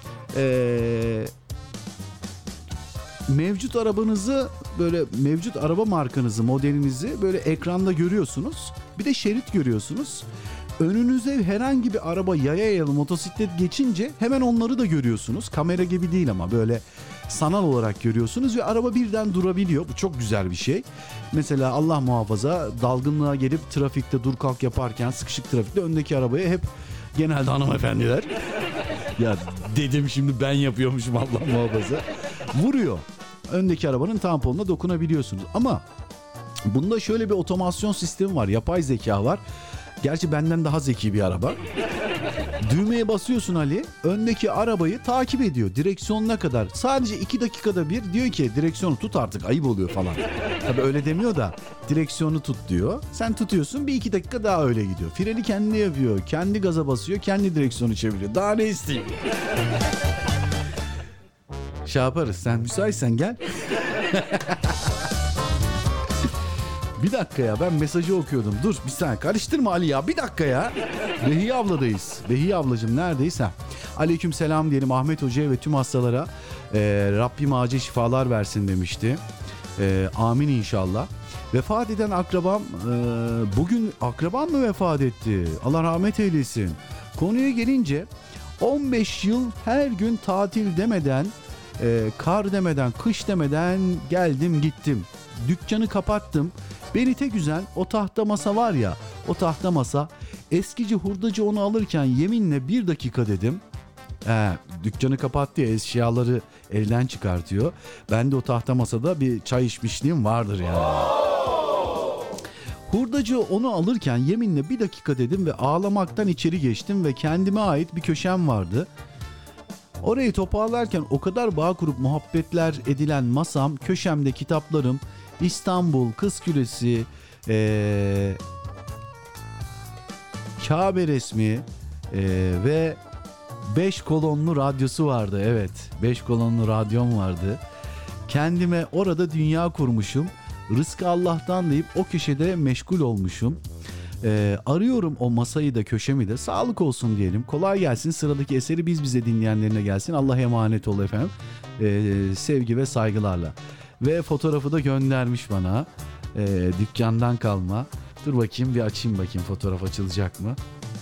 Mevcut arabanızı, böyle mevcut araba markanızı, modelinizi böyle ekranda görüyorsunuz. Bir de şerit görüyorsunuz. Önünüze herhangi bir araba, yaya motosiklet geçince hemen onları da görüyorsunuz. Kamera gibi değil ama böyle sanal olarak görüyorsunuz ve araba birden durabiliyor. Bu çok güzel bir şey. Mesela Allah muhafaza dalgınlığa gelip trafikte dur kalk yaparken, sıkışık trafikte öndeki arabaya hep genelde hanımefendiler ya dedim şimdi ben yapıyormuşum Allah muhafaza, vuruyor. Öndeki arabanın tamponuna dokunabiliyorsunuz. Ama bunda şöyle bir otomasyon sistemi var. Yapay zeka var. Gerçi benden daha zeki bir araba. Düğmeye basıyorsun Ali. Öndeki arabayı takip ediyor. Direksiyonuna kadar. Sadece 2 dakikada bir diyor ki direksiyonu tut artık, ayıp oluyor falan. Tabii öyle demiyor da direksiyonu tut diyor. Sen tutuyorsun, 1-2 dakika daha öyle gidiyor. Freni kendi yapıyor. Kendi gaza basıyor. Kendi direksiyonu çeviriyor. Daha ne isteyeyim? Şey yaparız. Sen müsaitsen gel. Bir dakika ya, ben mesajı okuyordum. Dur bir saniye, karıştırma Ali ya. Bir dakika ya. Behiye abladayız. Behiye ablacığım neredeyse. Aleyküm selam diyelim Ahmet Hoca'ya ve tüm hastalara. Rabbim acil şifalar versin demişti. Amin inşallah. Vefat eden akrabam, bugün akrabam mı vefat etti? Allah rahmet eylesin. Konuya gelince 15 yıl her gün tatil demeden, kar demeden, kış demeden geldim gittim. dükkanı kapattım. Beni tek üzen o tahta masa var ya, o tahta masa. Eskici hurdacı onu alırken yeminle 1 dakika dedim. Dükkanı kapattı ya, eşyaları elden çıkartıyor. Ben de o tahta masada bir çay içmişliğim vardır yani. Hurdacı onu alırken yeminle 1 dakika dedim ve ağlamaktan içeri geçtim ve kendime ait bir köşem vardı. Orayı toparlarken o kadar bağ kurup muhabbetler edilen masam, köşemde kitaplarım, İstanbul, Kız Küresi, Kabe resmi ve 5 kolonlu radyosu vardı. Evet, 5 kolonlu radyom vardı. Kendime orada dünya kurmuşum. Rızkı Allah'tan deyip o köşede meşgul olmuşum. Arıyorum o masayı da köşemi de. Sağlık olsun diyelim. Kolay gelsin. Sıradaki eseri biz bize dinleyenlerine gelsin. Allah'a emanet ol efendim. Sevgi ve saygılarla. Ve fotoğrafı da göndermiş bana. Dükkandan kalma. Dur bakayım, bir açayım bakayım, fotoğraf açılacak mı?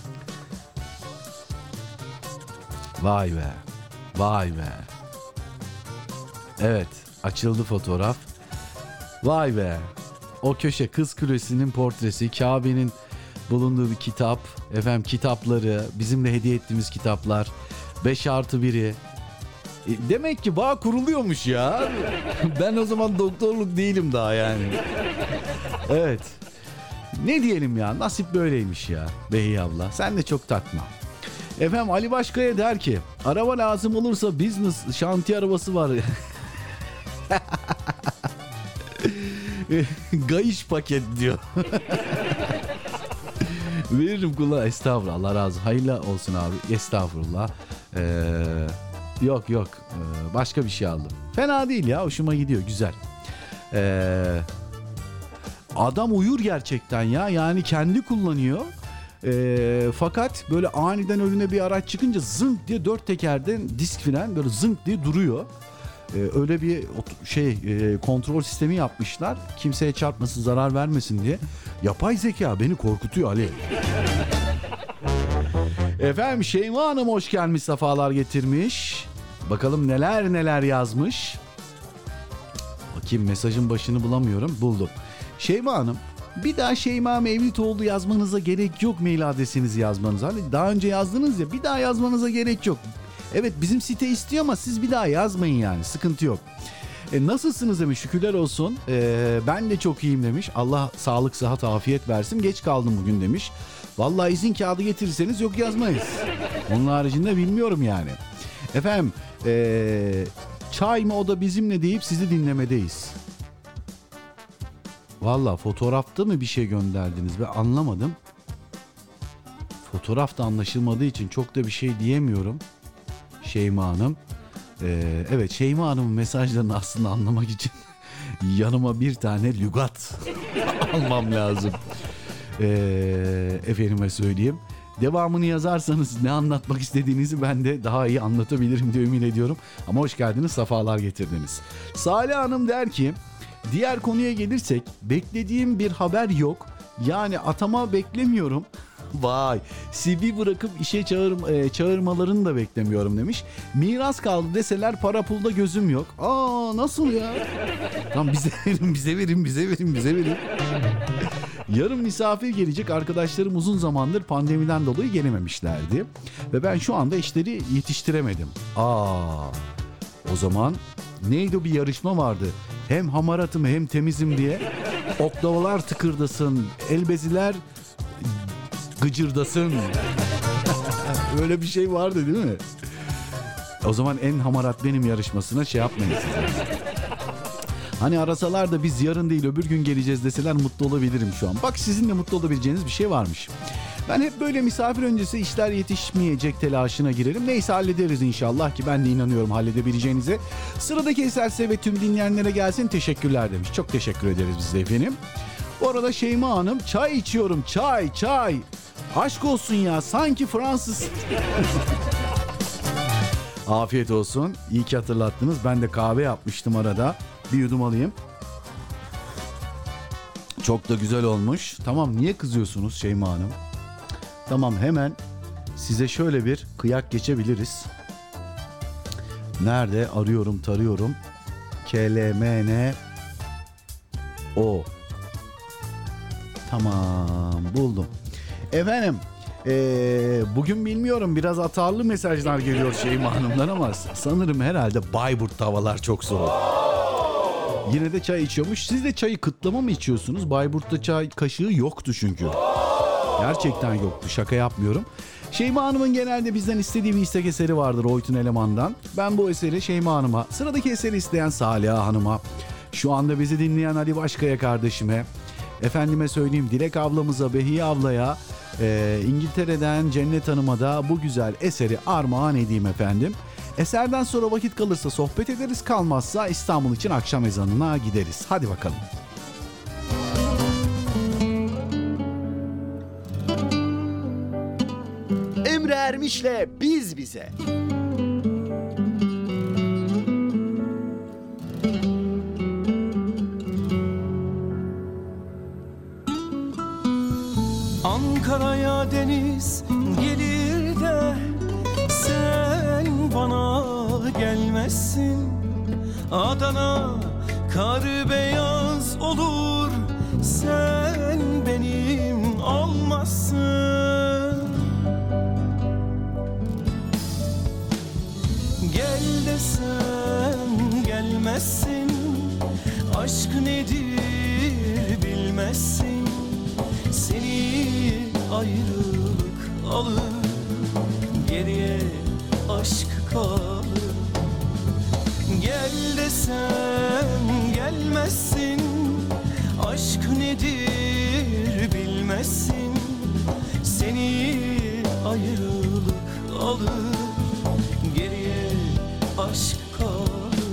Vay be. Vay be. Evet, açıldı fotoğraf. Vay be. O köşe Kız Kulesi'nin portresi, Kabe'nin bulunduğu bir kitap, efendim kitapları, bizim de hediye ettiğimiz kitaplar, 5+1'i. Demek ki bağ kuruluyormuş ya. Ben o zaman doktorluk değilim daha yani. Evet. Ne diyelim ya, nasip böyleymiş ya Behiye abla. Sen de çok takma. Efendim Ali Başkaya der ki, araba lazım olursa business şantiye arabası var. Gayiş paket diyor. Veririm kulağa. Estağfurullah, Allah razı olsun. Hayırlı olsun abi. Estağfurullah. Yok. Başka bir şey aldım. Fena değil ya. Hoşuma gidiyor. Güzel. Adam uyur gerçekten ya. Yani kendi kullanıyor. Fakat böyle aniden önüne bir araç çıkınca zınk diye 4 tekerden disk fren böyle zınk diye duruyor. Öyle bir kontrol sistemi yapmışlar. Kimseye çarpmasın, zarar vermesin diye. Yapay zeka beni korkutuyor Ali. Efendim Şeyma Hanım hoş gelmiş, sefalar getirmiş. Bakalım neler yazmış. Bakayım, mesajın başını bulamıyorum. Buldum. Şeyma Hanım, bir daha Şeyma Mevlitoğlu yazmanıza gerek yok, mail adresinizi yazmanıza. Hani daha önce yazdınız ya, bir daha yazmanıza gerek yok. Evet, bizim site istiyor ama siz bir daha yazmayın yani, sıkıntı yok. Nasılsınız demiş, şükürler olsun. Ben de çok iyiyim demiş. Allah sağlık, sıhhat, afiyet versin. Geç kaldım bugün demiş. Vallahi izin kağıdı getirirseniz yok yazmayız. Onun haricinde bilmiyorum yani. Efendim çay mı o da bizimle deyip sizi dinlemedeyiz. Vallahi fotoğrafta mı bir şey gönderdiniz, ben anlamadım. Fotoğrafta anlaşılmadığı için çok da bir şey diyemiyorum. Şeyma Hanım. Evet, Şeyma Hanım'ın mesajlarını aslında anlamak için yanıma bir tane lügat almam lazım. Efendime söyleyeyim. Devamını yazarsanız ne anlatmak istediğinizi ben de daha iyi anlatabilirim diye ümit ediyorum. Ama hoş geldiniz, sefalar getirdiniz. Salih Hanım der ki, diğer konuya gelirsek beklediğim bir haber yok. Yani atama beklemiyorum. Vay, CV bırakıp işe çağırmalarını da beklemiyorum demiş. Miras kaldı deseler para pulda gözüm yok. Aa, nasıl ya? Tamam, bize verin. Yarın misafir gelecek, arkadaşlarım uzun zamandır pandemiden dolayı gelememişlerdi. Ve ben şu anda işleri yetiştiremedim. O zaman neydi, bir yarışma vardı. Hem hamaratım hem temizim diye. Oklavalar tıkırdasın, elbeziler gıcırdasın. Öyle bir şey vardı değil mi? O zaman en hamarat benim yarışmasına şey yapmayın size. Hani arasalar da biz yarın değil öbür gün geleceğiz deseler mutlu olabilirim şu an. Bak, sizin de mutlu olabileceğiniz bir şey varmış. Ben hep böyle misafir öncesi işler yetişmeyecek telaşına girerim. Neyse, hallederiz inşallah ki ben de inanıyorum halledebileceğinize. Sıradaki eserse ve tüm dinleyenlere gelsin, teşekkürler demiş. Çok teşekkür ederiz biz de efendim. Bu arada Şeyma Hanım, çay içiyorum, çay. Aşk olsun ya, sanki Fransız. Afiyet olsun. İyi ki hatırlattınız. Ben de kahve yapmıştım arada. Bir yudum alayım. Çok da güzel olmuş. Tamam, niye kızıyorsunuz Şeyma Hanım? Tamam, hemen size şöyle bir kıyak geçebiliriz. Nerede? Arıyorum, tarıyorum. KLMN O. Tamam, buldum. Efendim, bugün bilmiyorum, biraz atarlı mesajlar geliyor Şeyma Hanım'dan ama sanırım herhalde Bayburt'ta havalar çok soğuk. Yine de çay içiyormuş. Siz de çayı kıtlama mı içiyorsunuz? Bayburt'ta çay kaşığı yoktu çünkü. Gerçekten yoktu, şaka yapmıyorum. Şeyma Hanım'ın genelde bizden istediği bir istek eseri vardır Oytun Eleman'dan. Ben bu eseri Şeyma Hanım'a, sıradaki eseri isteyen Saliha Hanım'a, şu anda bizi dinleyen Ali Başkaya kardeşime, efendime söyleyeyim Dilek ablamıza, Behiye ablaya, İngiltere'den Cennet Hanım'a da bu güzel eseri armağan edeyim efendim. Eserden sonra vakit kalırsa sohbet ederiz, kalmazsa İstanbul için akşam ezanına gideriz. Hadi bakalım. Emre Ermiş'le Biz Bize. Ankara'ya deniz gelir de sen bana gelmezsin. Adana kar beyaz olur, sen benim olmazsın. Gel desem gelmezsin, aşk nedir bilmezsin. Seni ayrılık alır, geriye aşk kalır. Gel desem gelmezsin, aşk nedir bilmezsin. Seni ayrılık alır, geriye aşk kalır.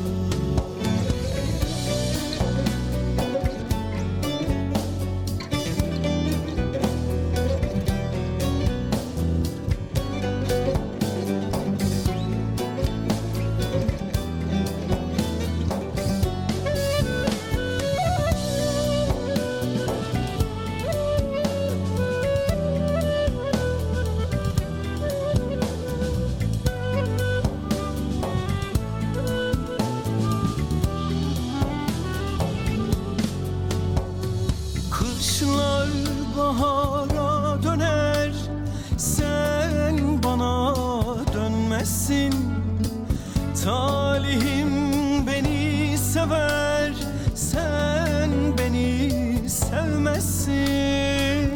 Kışlar bahara döner, sen bana dönmezsin. Talihim beni sever, sen beni sevmezsin.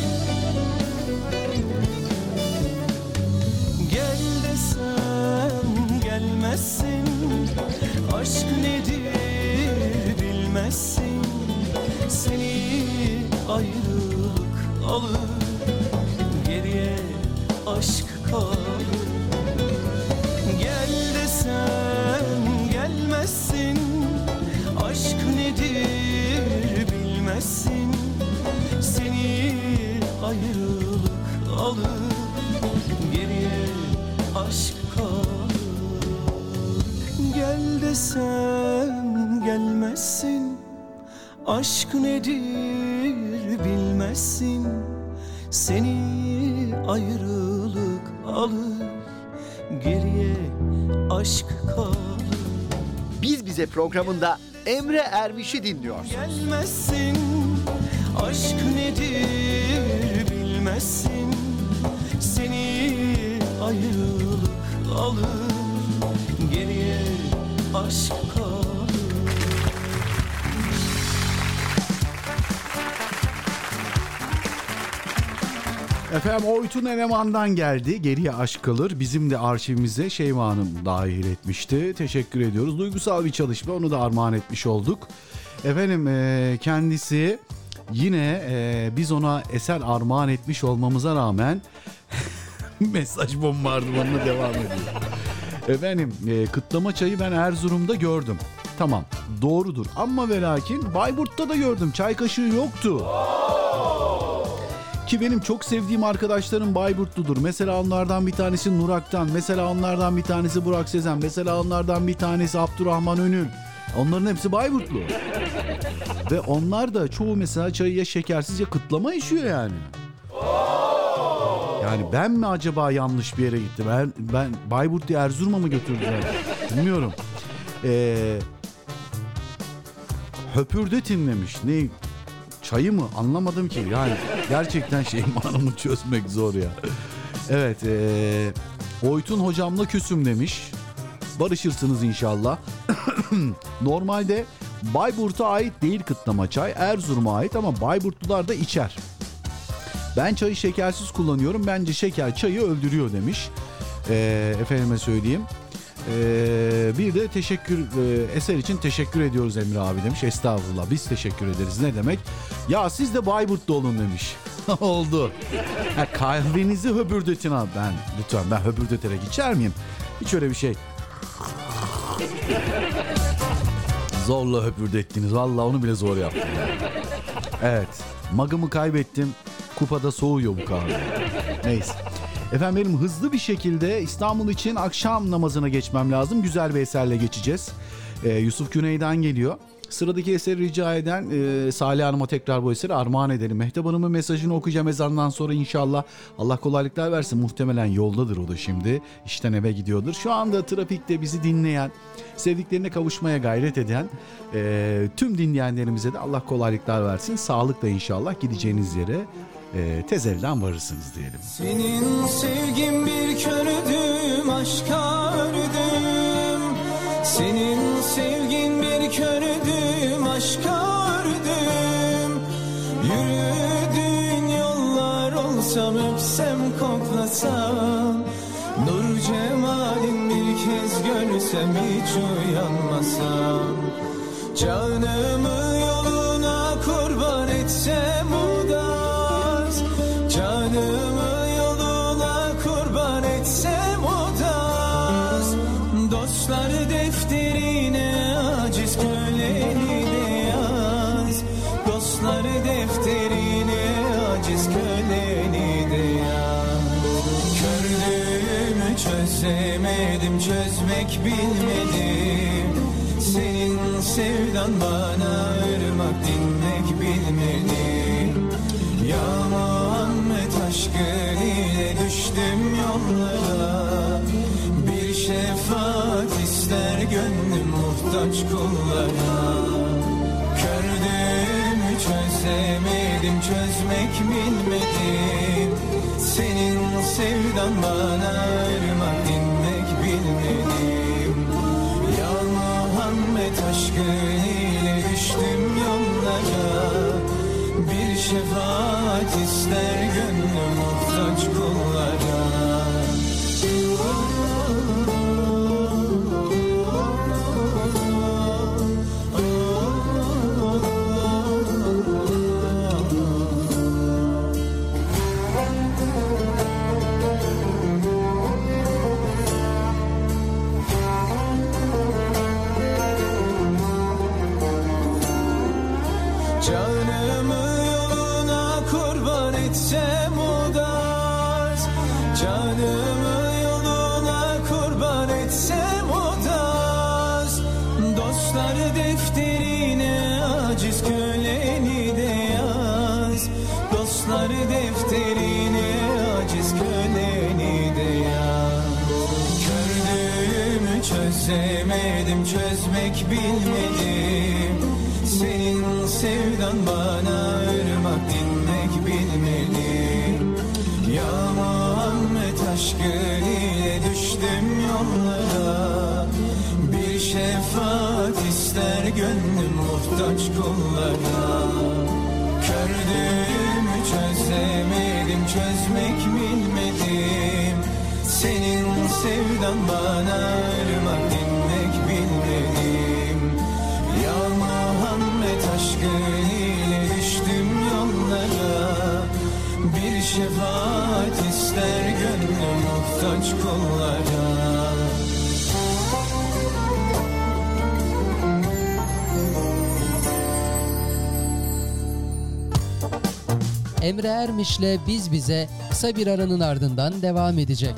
Gel desem gelmezsin, aşk nedir bilmezsin. Seni ayrılık alır, geriye aşk kalır. Gel desem gelmezsin, aşk nedir bilmezsin. Seni ayrılık alır, geriye aşk kalır. Gel desem gelmezsin, aşk nedir bilmezsin. Seni ayrılık alır, geriye aşk kalır. Biz Bize programında Emre Ermiş'i dinliyorsunuz. Gelmezsin, aşk nedir bilmezsin. Seni ayrılık alır, geriye aşk kalır. Efendim Oytun Eleman'dan geldi. Geriye aşk kalır. Bizim de arşivimize Şeyma Hanım dahil etmişti. Teşekkür ediyoruz. Duygusal bir çalışma. Onu da armağan etmiş olduk. Efendim kendisi yine biz ona eser armağan etmiş olmamıza rağmen mesaj bombardımanına devam ediyor. Efendim kıtlama çayı ben Erzurum'da gördüm. Tamam, doğrudur ama ve lakin Bayburt'ta da gördüm. Çay kaşığı yoktu. Ki benim çok sevdiğim arkadaşlarım Bayburtludur. Mesela onlardan bir tanesi Nurak'tan, mesela onlardan bir tanesi Burak Sezen, mesela onlardan bir tanesi Abdurrahman Önül. Onların hepsi Bayburtlu. Ve onlar da çoğu mesela çayı ya şekersiz ya kıtlama içiyor yani. Yani ben mi acaba yanlış bir yere gittim? Ben Bayburt diye Erzurum'a mı götürdüler? Bilmiyorum. Höpürdetin demiş. Ne? Çayı mı? Anlamadım ki. Yani gerçekten Şeyma'nın çözmek zor ya. Evet. Oytun hocamla küsüm demiş. Barışırsınız inşallah. Normalde Bayburt'a ait değil kıtlama çay. Erzurum'a ait ama Bayburtlular da içer. Ben çayı şekersiz kullanıyorum. Bence şeker çayı öldürüyor demiş. Efendime söyleyeyim. Bir de eser için teşekkür ediyoruz Emre abi demiş. Estağfurullah, biz teşekkür ederiz. Ne demek? Ya siz de Bayburt'ta olun demiş. Oldu. Kahvenizi höpürdetin abi. Ben höpürdeterek içer miyim? Hiç öyle bir şey. Zorla höpürdettiniz. Vallahi onu bile zor yaptım. Evet. Magımı kaybettim. Kupada soğuyor bu kahve. Neyse. Efendim benim hızlı bir şekilde İstanbul için akşam namazına geçmem lazım. Güzel bir eserle geçeceğiz. Yusuf Güney'den geliyor. Sıradaki eseri rica eden Salih Hanım'a tekrar bu eseri armağan edelim. Mehtap Hanım'ın mesajını okuyacağım ezandan sonra inşallah. Allah kolaylıklar versin. Muhtemelen yoldadır o da şimdi. İşten eve gidiyordur. Şu anda trafikte bizi dinleyen, sevdiklerine kavuşmaya gayret eden tüm dinleyenlerimize de Allah kolaylıklar versin. Sağlıkla inşallah gideceğiniz yere tez evden varırsınız diyelim. Senin sevgin bir kördüm, aşka ördüm. Senin sevgin bir kördüm, aşka ördüm. Yürüdüğün yollar olsam, öpsem koklasam. Nur cemalin bir kez görsem, hiç uyanmasam. Canımı yoluna kurban etsem o da. Canımı yoluna kurban etsem o da. Dostlar defterine aciz köleni de yaz. Dostlar defterine aciz köleni de yaz. Kördüğümü çözemedim, çözmek bilmedim. Senin sevdan bana ırmak, dinmek bilmedim. Ya Muhammed aşkın ile düştüm yollara. Bir şefaat ister gönlüm muhtaç kullara. Kördüğümü çözemedim, çözmek bilmedim. Senin sevdan bana ırmak, dinmek bilmedim. Ya Muhammed aşkın ile düştüm yollara. Bir şefaat ister gönlüm muhtaç kullara. Canımı yoluna kurban etsem o da. Canımı yoluna kurban etsem o da. Dostlar defterine aciz köleni de yaz. Dostlar defterine aciz köleni de yaz. Kördüğümü çözemedim, çözmek bilmedim. Senin sevdan bana ırmak, dinmek bilmedim. Ya Muhammed aşkın ile düştüm yollara. Bir şefaat ister gönlüm muhtaç kullara. Kördüğümü çözemedim, çözmek bilmedim. Senin sevdan bana ırmak, dinmek bilmedim. Ya Muhammed aşkın ile düştüm yollara. Bir şefaat ister gönlüm muhtaç kullara. Emre Ermiş'le Biz Bize kısa bir aranın ardından devam edecek.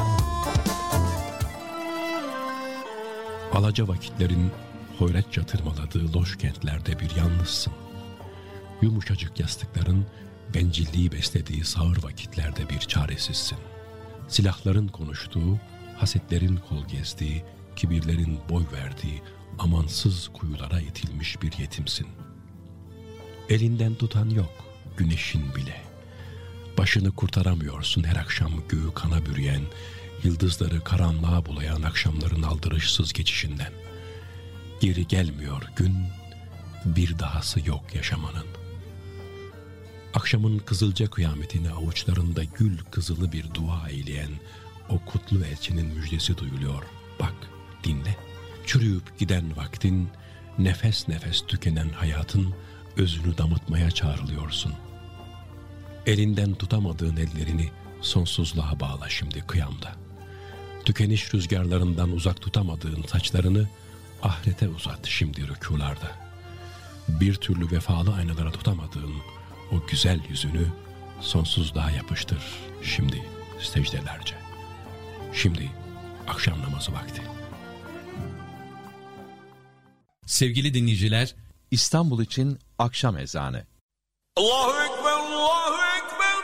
Alaca vakitlerin hoyratça tırmaladığı loş kentlerde bir yalnızsın. Yumuşacık yastıkların bencilliği beslediği sağır vakitlerde bir çaresizsin. Silahların konuştuğu, hasetlerin kol gezdiği, kibirlerin boy verdiği, amansız kuyulara itilmiş bir yetimsin. Elinden tutan yok, güneşin bile. Başını kurtaramıyorsun her akşam göğü kana bürüyen, yıldızları karanlığa bulayan akşamların aldırışsız geçişinden. Geri gelmiyor gün, bir dahası yok yaşamanın. Akşamın kızılca kıyametini avuçlarında gül kızılı bir dua eyleyen o kutlu elçinin müjdesi duyuluyor. Bak, dinle. Çürüyüp giden vaktin, nefes nefes tükenen hayatın özünü damıtmaya çağrılıyorsun. Elinden tutamadığın ellerini sonsuzluğa bağla şimdi kıyamda. Tükeniş rüzgarlarından uzak tutamadığın saçlarını ahirete uzat şimdi rükûlarda. Bir türlü vefalı aynalara tutamadığın o güzel yüzünü sonsuzluğa yapıştır şimdi secdelerce. Şimdi akşam namazı vakti. Sevgili dinleyiciler, İstanbul için akşam ezanı. Allahu Ekber, Allahu Ekber.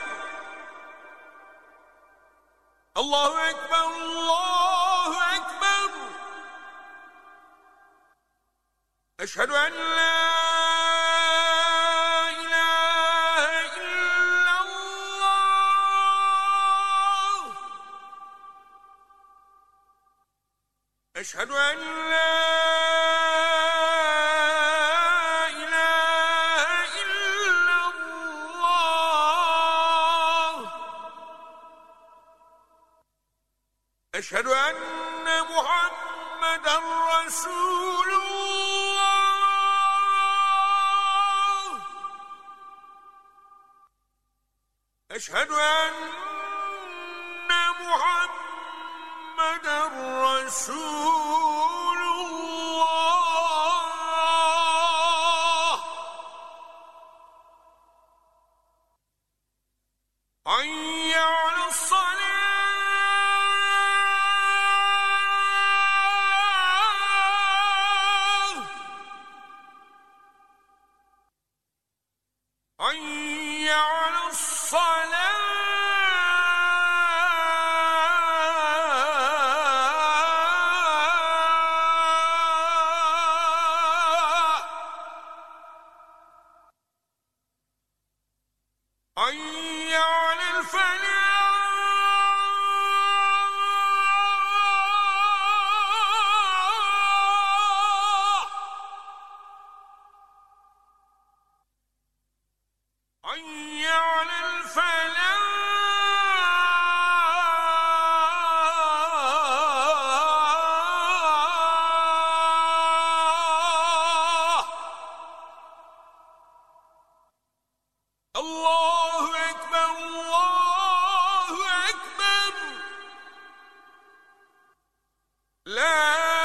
Allahu Ekber, Allahu Ekber. Eşhedü en la ilahe illallah. Eşhedü en la أشهد أن محمدًا رسول الله أشهد أن محمدًا رسول الله حي على الصلاة حي على الصلاة حي على الفلاح حي على الفلاح الله أكبر الله أكبر لا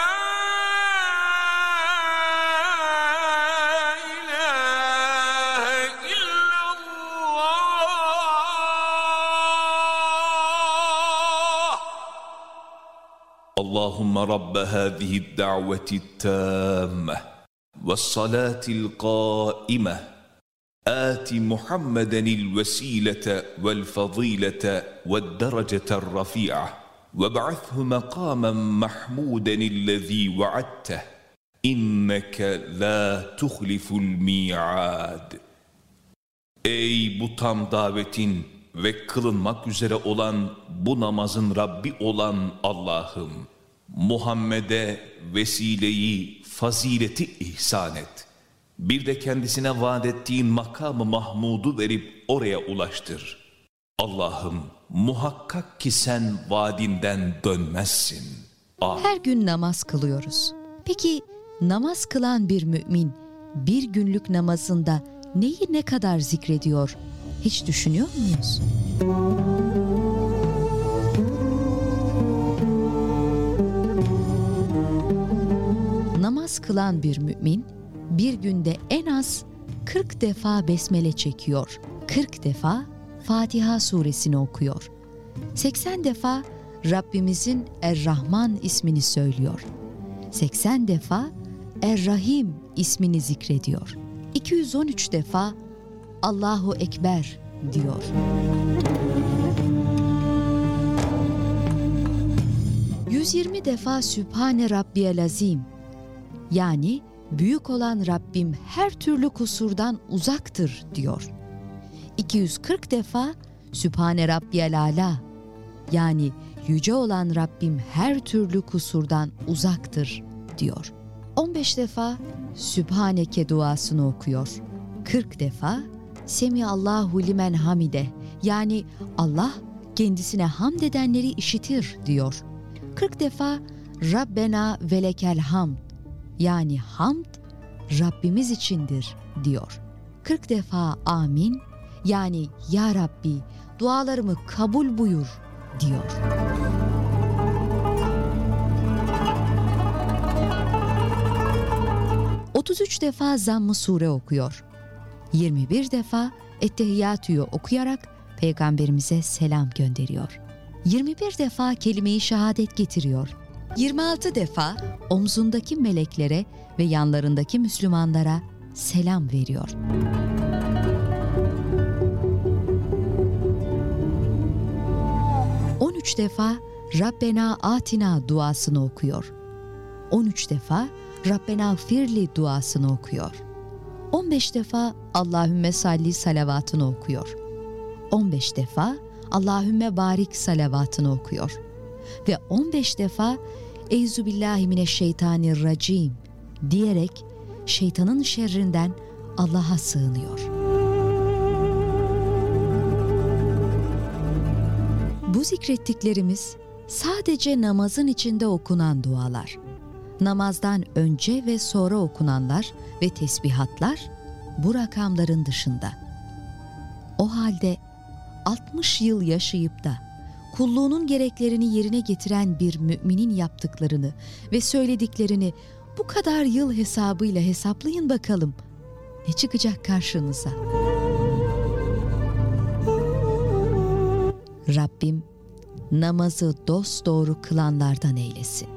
اللهم رب هذه الدعوة التامة والصلاة القائمة آت محمدا الوسيلة والفضيلة والدرجة الرفيعة وابعثه مقاما محمودا الذي وعدته إنك لا تخلف الميعاد. Ey bu tam davetin ve kılınmak üzere olan bu namazın Rabbi olan Allah'ım, Muhammed'e vesileyi, fazileti ihsan et. Bir de kendisine vaat ettiğin makamı Mahmud'u verip oraya ulaştır. Allah'ım, muhakkak ki sen vaadinden dönmezsin. Amin. Her gün namaz kılıyoruz. Peki namaz kılan bir mümin bir günlük namazında neyi ne kadar zikrediyor? Hiç düşünüyor muyuz? Namaz kılan bir mümin bir günde en az 40 defa besmele çekiyor. 40 defa Fatiha suresini okuyor. 80 defa Rabbimizin Er-Rahman ismini söylüyor. 80 defa Er-Rahim ismini zikrediyor. 213 defa Allahu Ekber diyor. ...120 defa Sübhane Rabbiyel Azim, Yani büyük olan Rabbim her türlü kusurdan uzaktır diyor. 240 defa Sübhane Rabbiyel Ala, yani yüce olan Rabbim her türlü kusurdan uzaktır diyor. 15 defa Sübhaneke duasını okuyor. 40 defa Semiallahu limen hamide, yani Allah kendisine hamd edenleri işitir diyor. 40 defa Rabbena velekel hamd, yani hamd Rabbimiz içindir diyor. 40 defa amin, yani ya Rabbi dualarımı kabul buyur diyor. ...33 defa Zamm-ı Sure okuyor. 21 defa Ettehiyyatü'yü okuyarak Peygamberimize selam gönderiyor. 21 defa kelime-i şehadet getiriyor. 26 defa omzundaki meleklere ve yanlarındaki Müslümanlara selam veriyor. ...13 defa Rabbena Atina duasını okuyor. 13 defa Rabbena Firli duasını okuyor. 15 defa Allahümme salli salavatını okuyor. 15 defa Allahümme barik salavatını okuyor. Ve 15 defa Euzubillahimineşşeytanirracim diyerek şeytanın şerrinden Allah'a sığınıyor. Bu zikrettiklerimiz sadece namazın içinde okunan dualar. Namazdan önce ve sonra okunanlar ve tesbihatlar bu rakamların dışında. O halde 60 yıl yaşayıp da kulluğunun gereklerini yerine getiren bir müminin yaptıklarını ve söylediklerini bu kadar yıl hesabıyla hesaplayın bakalım. Ne çıkacak karşınıza? Rabbim namazı dosdoğru kılanlardan eylesin.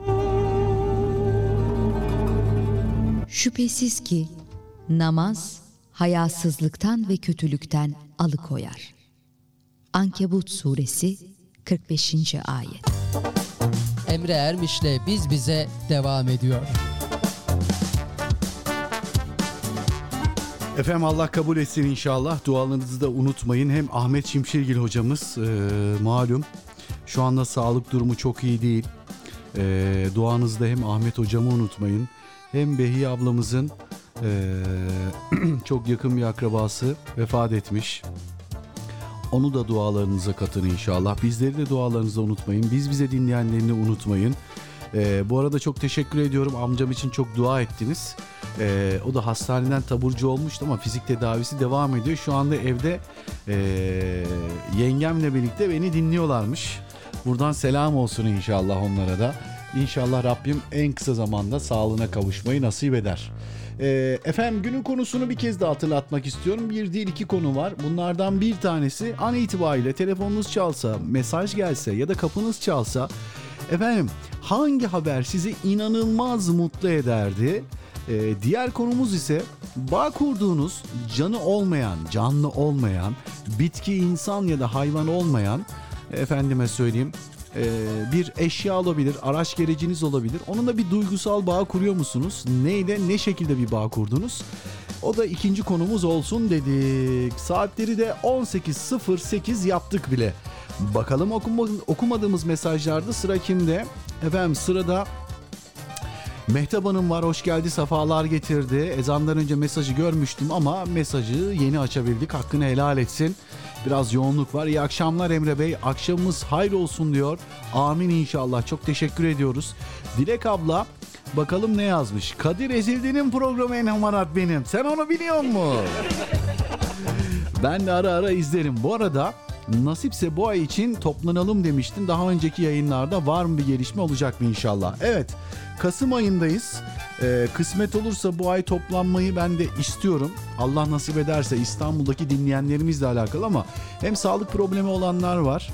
Şüphesiz ki namaz hayasızlıktan ve kötülükten alıkoyar. Ankebut suresi 45. ayet. Emre Ermiş'le Biz Bize devam ediyor. Efendim Allah kabul etsin inşallah. Dualarınızı da unutmayın. Hem Ahmet Şimşirgil hocamız malum şu anda sağlık durumu çok iyi değil. Duanızda hem Ahmet hocamı unutmayın. Hem Behiye ablamızın çok yakın bir akrabası vefat etmiş. Onu da dualarınıza katın inşallah. Bizleri de dualarınızda unutmayın. Biz bize dinleyenlerini unutmayın. Bu arada çok teşekkür ediyorum. Amcam için çok dua ettiniz. O da hastaneden taburcu olmuştu ama fizik tedavisi devam ediyor. Şu anda evde yengemle birlikte beni dinliyorlarmış. Buradan selam olsun inşallah onlara da. İnşallah Rabbim en kısa zamanda sağlığına kavuşmayı nasip eder. Efendim günün konusunu bir kez daha hatırlatmak istiyorum. Bir değil iki konu var. Bunlardan bir tanesi an itibariyle telefonunuz çalsa, mesaj gelse ya da kapınız çalsa, efendim hangi haber sizi inanılmaz mutlu ederdi? Diğer konumuz ise bağ kurduğunuz canı olmayan, canlı olmayan, bitki, insan ya da hayvan olmayan, efendime söyleyeyim, bir eşya olabilir, araç gereciniz olabilir. Onunla bir duygusal bağ kuruyor musunuz? Neyle, ne şekilde bir bağ kurdunuz? O da ikinci konumuz olsun dedik. Saatleri de 18.08 yaptık bile. Bakalım okumadığımız mesajlarda sıra kimde? Efendim sırada Mehtap Hanım var, hoş geldi, sefalar getirdi. Ezandan önce mesajı görmüştüm ama mesajı yeni açabildik. Hakkını helal etsin. Biraz yoğunluk var. İyi akşamlar Emre Bey. Akşamımız hayır olsun diyor. Amin inşallah. Çok teşekkür ediyoruz. Dilek abla bakalım ne yazmış. Kadir Ezildi'nin programı en hamarat benim. Sen onu biliyor musun? Ben de ara ara izlerim. Bu arada nasipse bu ay için toplanalım demiştim. Daha önceki yayınlarda var mı bir gelişme, olacak mı inşallah? Evet. Kasım ayındayız. Kısmet olursa bu ay toplanmayı ben de istiyorum. Allah nasip ederse İstanbul'daki dinleyenlerimizle alakalı ama hem sağlık problemi olanlar var.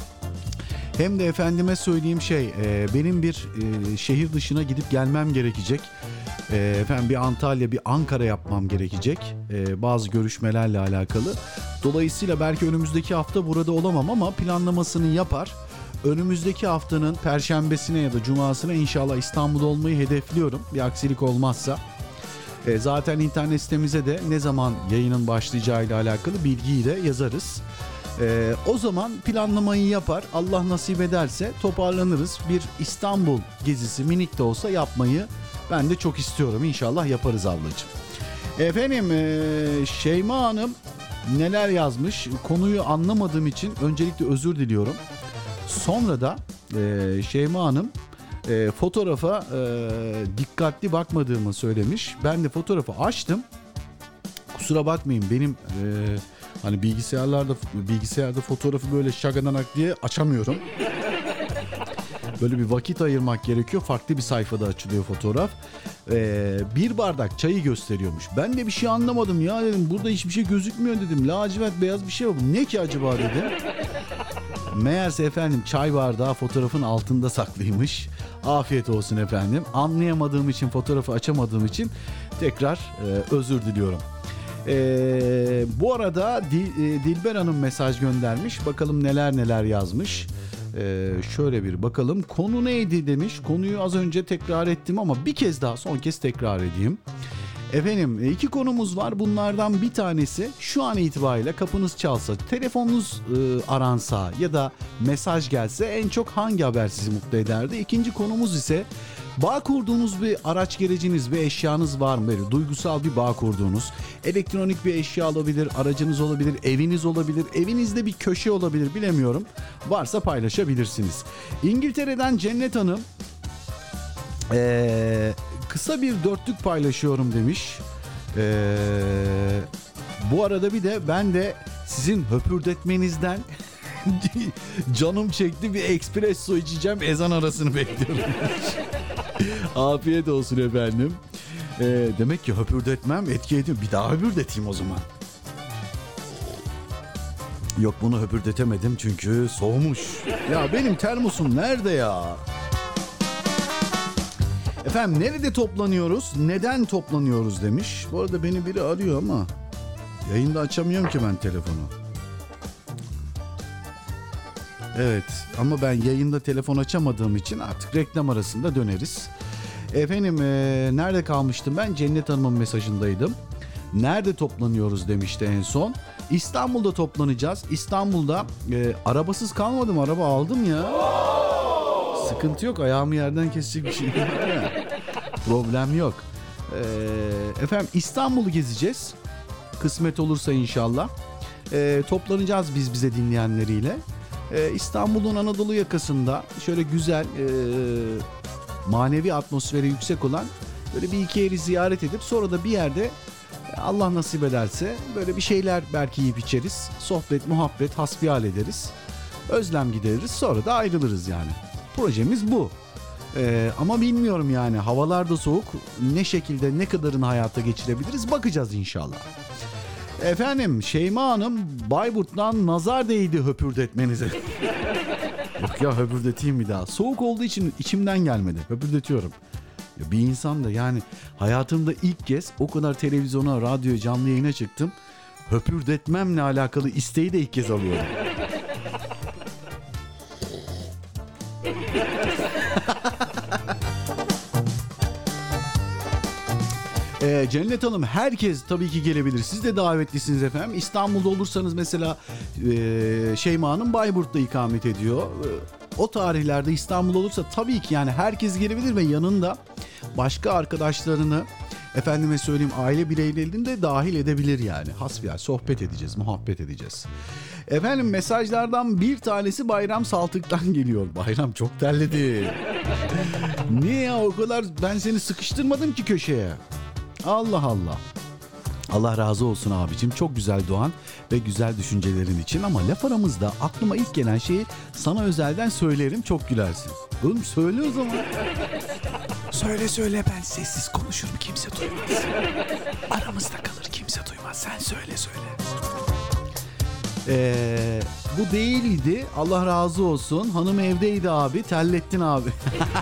Hem de efendime söyleyeyim benim bir şehir dışına gidip gelmem gerekecek. Efendim bir Antalya, bir Ankara yapmam gerekecek. Bazı görüşmelerle alakalı. Dolayısıyla belki önümüzdeki hafta burada olamam ama planlamasını yapar. Önümüzdeki haftanın Perşembesine ya da Cumasına inşallah İstanbul'da olmayı hedefliyorum. Bir aksilik olmazsa. Zaten internet sitemize de ne zaman yayının başlayacağıyla alakalı bilgiyi de yazarız. O zaman planlamayı yapar, Allah nasip ederse toparlanırız. Bir İstanbul gezisi minik de olsa yapmayı ben de çok istiyorum. İnşallah yaparız ablacığım. Efendim Şeyma Hanım neler yazmış? Konuyu anlamadığım için öncelikle özür diliyorum. Sonra da Şeyma Hanım fotoğrafa dikkatli bakmadığımı söylemiş. Ben de fotoğrafı açtım. Kusura bakmayın, benim hani bilgisayarda fotoğrafı böyle şakadanak diye açamıyorum. Böyle bir vakit ayırmak gerekiyor. Farklı bir sayfada açılıyor fotoğraf. Bir bardak çayı gösteriyormuş. Ben de bir şey anlamadım ya, dedim. Burada hiçbir şey gözükmüyor dedim. Lacivert beyaz bir şey var. Ne ki acaba dedim. Meğerse efendim çay bardağı fotoğrafın altında saklıymış. Afiyet olsun efendim. Anlayamadığım için, fotoğrafı açamadığım için tekrar özür diliyorum. Bu arada Dilber Hanım mesaj göndermiş. Bakalım neler yazmış. Şöyle bir bakalım. Konu neydi demiş. Konuyu az önce tekrar ettim ama bir kez daha son kez tekrar edeyim. Efendim 2 konumuz var. Bunlardan bir tanesi şu an itibariyle kapınız çalsa, telefonunuz aransa ya da mesaj gelse en çok hangi haber sizi mutlu ederdi? İkinci konumuz ise bağ kurduğunuz bir araç gereciniz, bir eşyanız var mı? Böyle duygusal bir bağ kurduğunuz, elektronik bir eşya olabilir, aracınız olabilir, eviniz olabilir, evinizde bir köşe olabilir, bilemiyorum. Varsa paylaşabilirsiniz. İngiltere'den Cennet Hanım kısa bir dörtlük paylaşıyorum demiş. Bu arada bir de ben de sizin höpürdetmenizden canım çekti, bir espresso içeceğim, ezan arasını bekliyorum. Afiyet olsun efendim. Demek ki höpürdetmem etki ediyor. Bir daha höpürdeteyim o zaman. Yok, bunu höpürdetemedim çünkü soğumuş. Ya benim termosum nerede ya? Efendim nerede toplanıyoruz? Neden toplanıyoruz demiş. Bu arada beni biri arıyor ama yayında açamıyorum ki ben telefonu. Evet ama ben yayında telefon açamadığım için artık reklam arasında döneriz. Efendim nerede kalmıştım ben? Cennet Hanım'ın mesajındaydım. Nerede toplanıyoruz demişti en son. İstanbul'da toplanacağız. İstanbul'da arabasız kalmadım, araba aldım ya. Sıkıntı yok, ayağımı yerden kesecek bir şey var ya. Problem yok. Efendim İstanbul'u gezeceğiz. Kısmet olursa inşallah. Toplanacağız biz bize dinleyenleriyle. İstanbul'un Anadolu yakasında şöyle güzel manevi atmosferi yüksek olan böyle bir iki yeri ziyaret edip sonra da bir yerde Allah nasip ederse böyle bir şeyler belki yiyip içeriz. Sohbet, muhabbet, hasbihal ederiz. Özlem gideririz, sonra da ayrılırız yani. Projemiz bu. Ama bilmiyorum yani, havalar da soğuk. Ne şekilde, ne kadarını hayata geçirebiliriz bakacağız inşallah. Efendim Şeyma Hanım Bayburt'tan nazar değdi höpürdetmenize. Yok ya, höpürdeteyim bir daha. Soğuk olduğu için içimden gelmedi. Höpürdetiyorum. Ya bir insan da yani hayatımda ilk kez o kadar televizyona, radyoya, canlı yayına çıktım. Höpürdetmemle alakalı isteği de ilk kez alıyorum. Cennet Hanım, herkes tabii ki gelebilir. Siz de davetlisiniz efendim. İstanbul'da olursanız mesela Şeyma Hanım Bayburt'ta ikamet ediyor. O tarihlerde İstanbul olursa tabii ki yani herkes gelebilir ve yanında başka arkadaşlarını, efendime söyleyeyim aile bireylerini de dahil edebilir yani. Hasbihal sohbet edeceğiz, muhabbet edeceğiz. Efendim mesajlardan bir tanesi Bayram Saltık'tan geliyor. Bayram çok terledi. Niye ya, o kadar ben seni sıkıştırmadım ki köşeye. Allah Allah. Allah razı olsun abicim. Çok güzel duan ve güzel düşüncelerin için, ama laf aramızda aklıma ilk gelen şeyi sana özelden söylerim, çok gülersin. Oğlum söyle o zaman. Söyle ben sessiz konuşurum, kimse duymaz. Aramızda kalır, kimse duymaz. Sen söyle. Bu değildi. Allah razı olsun. Hanım evdeydi abi. Terlettin abi.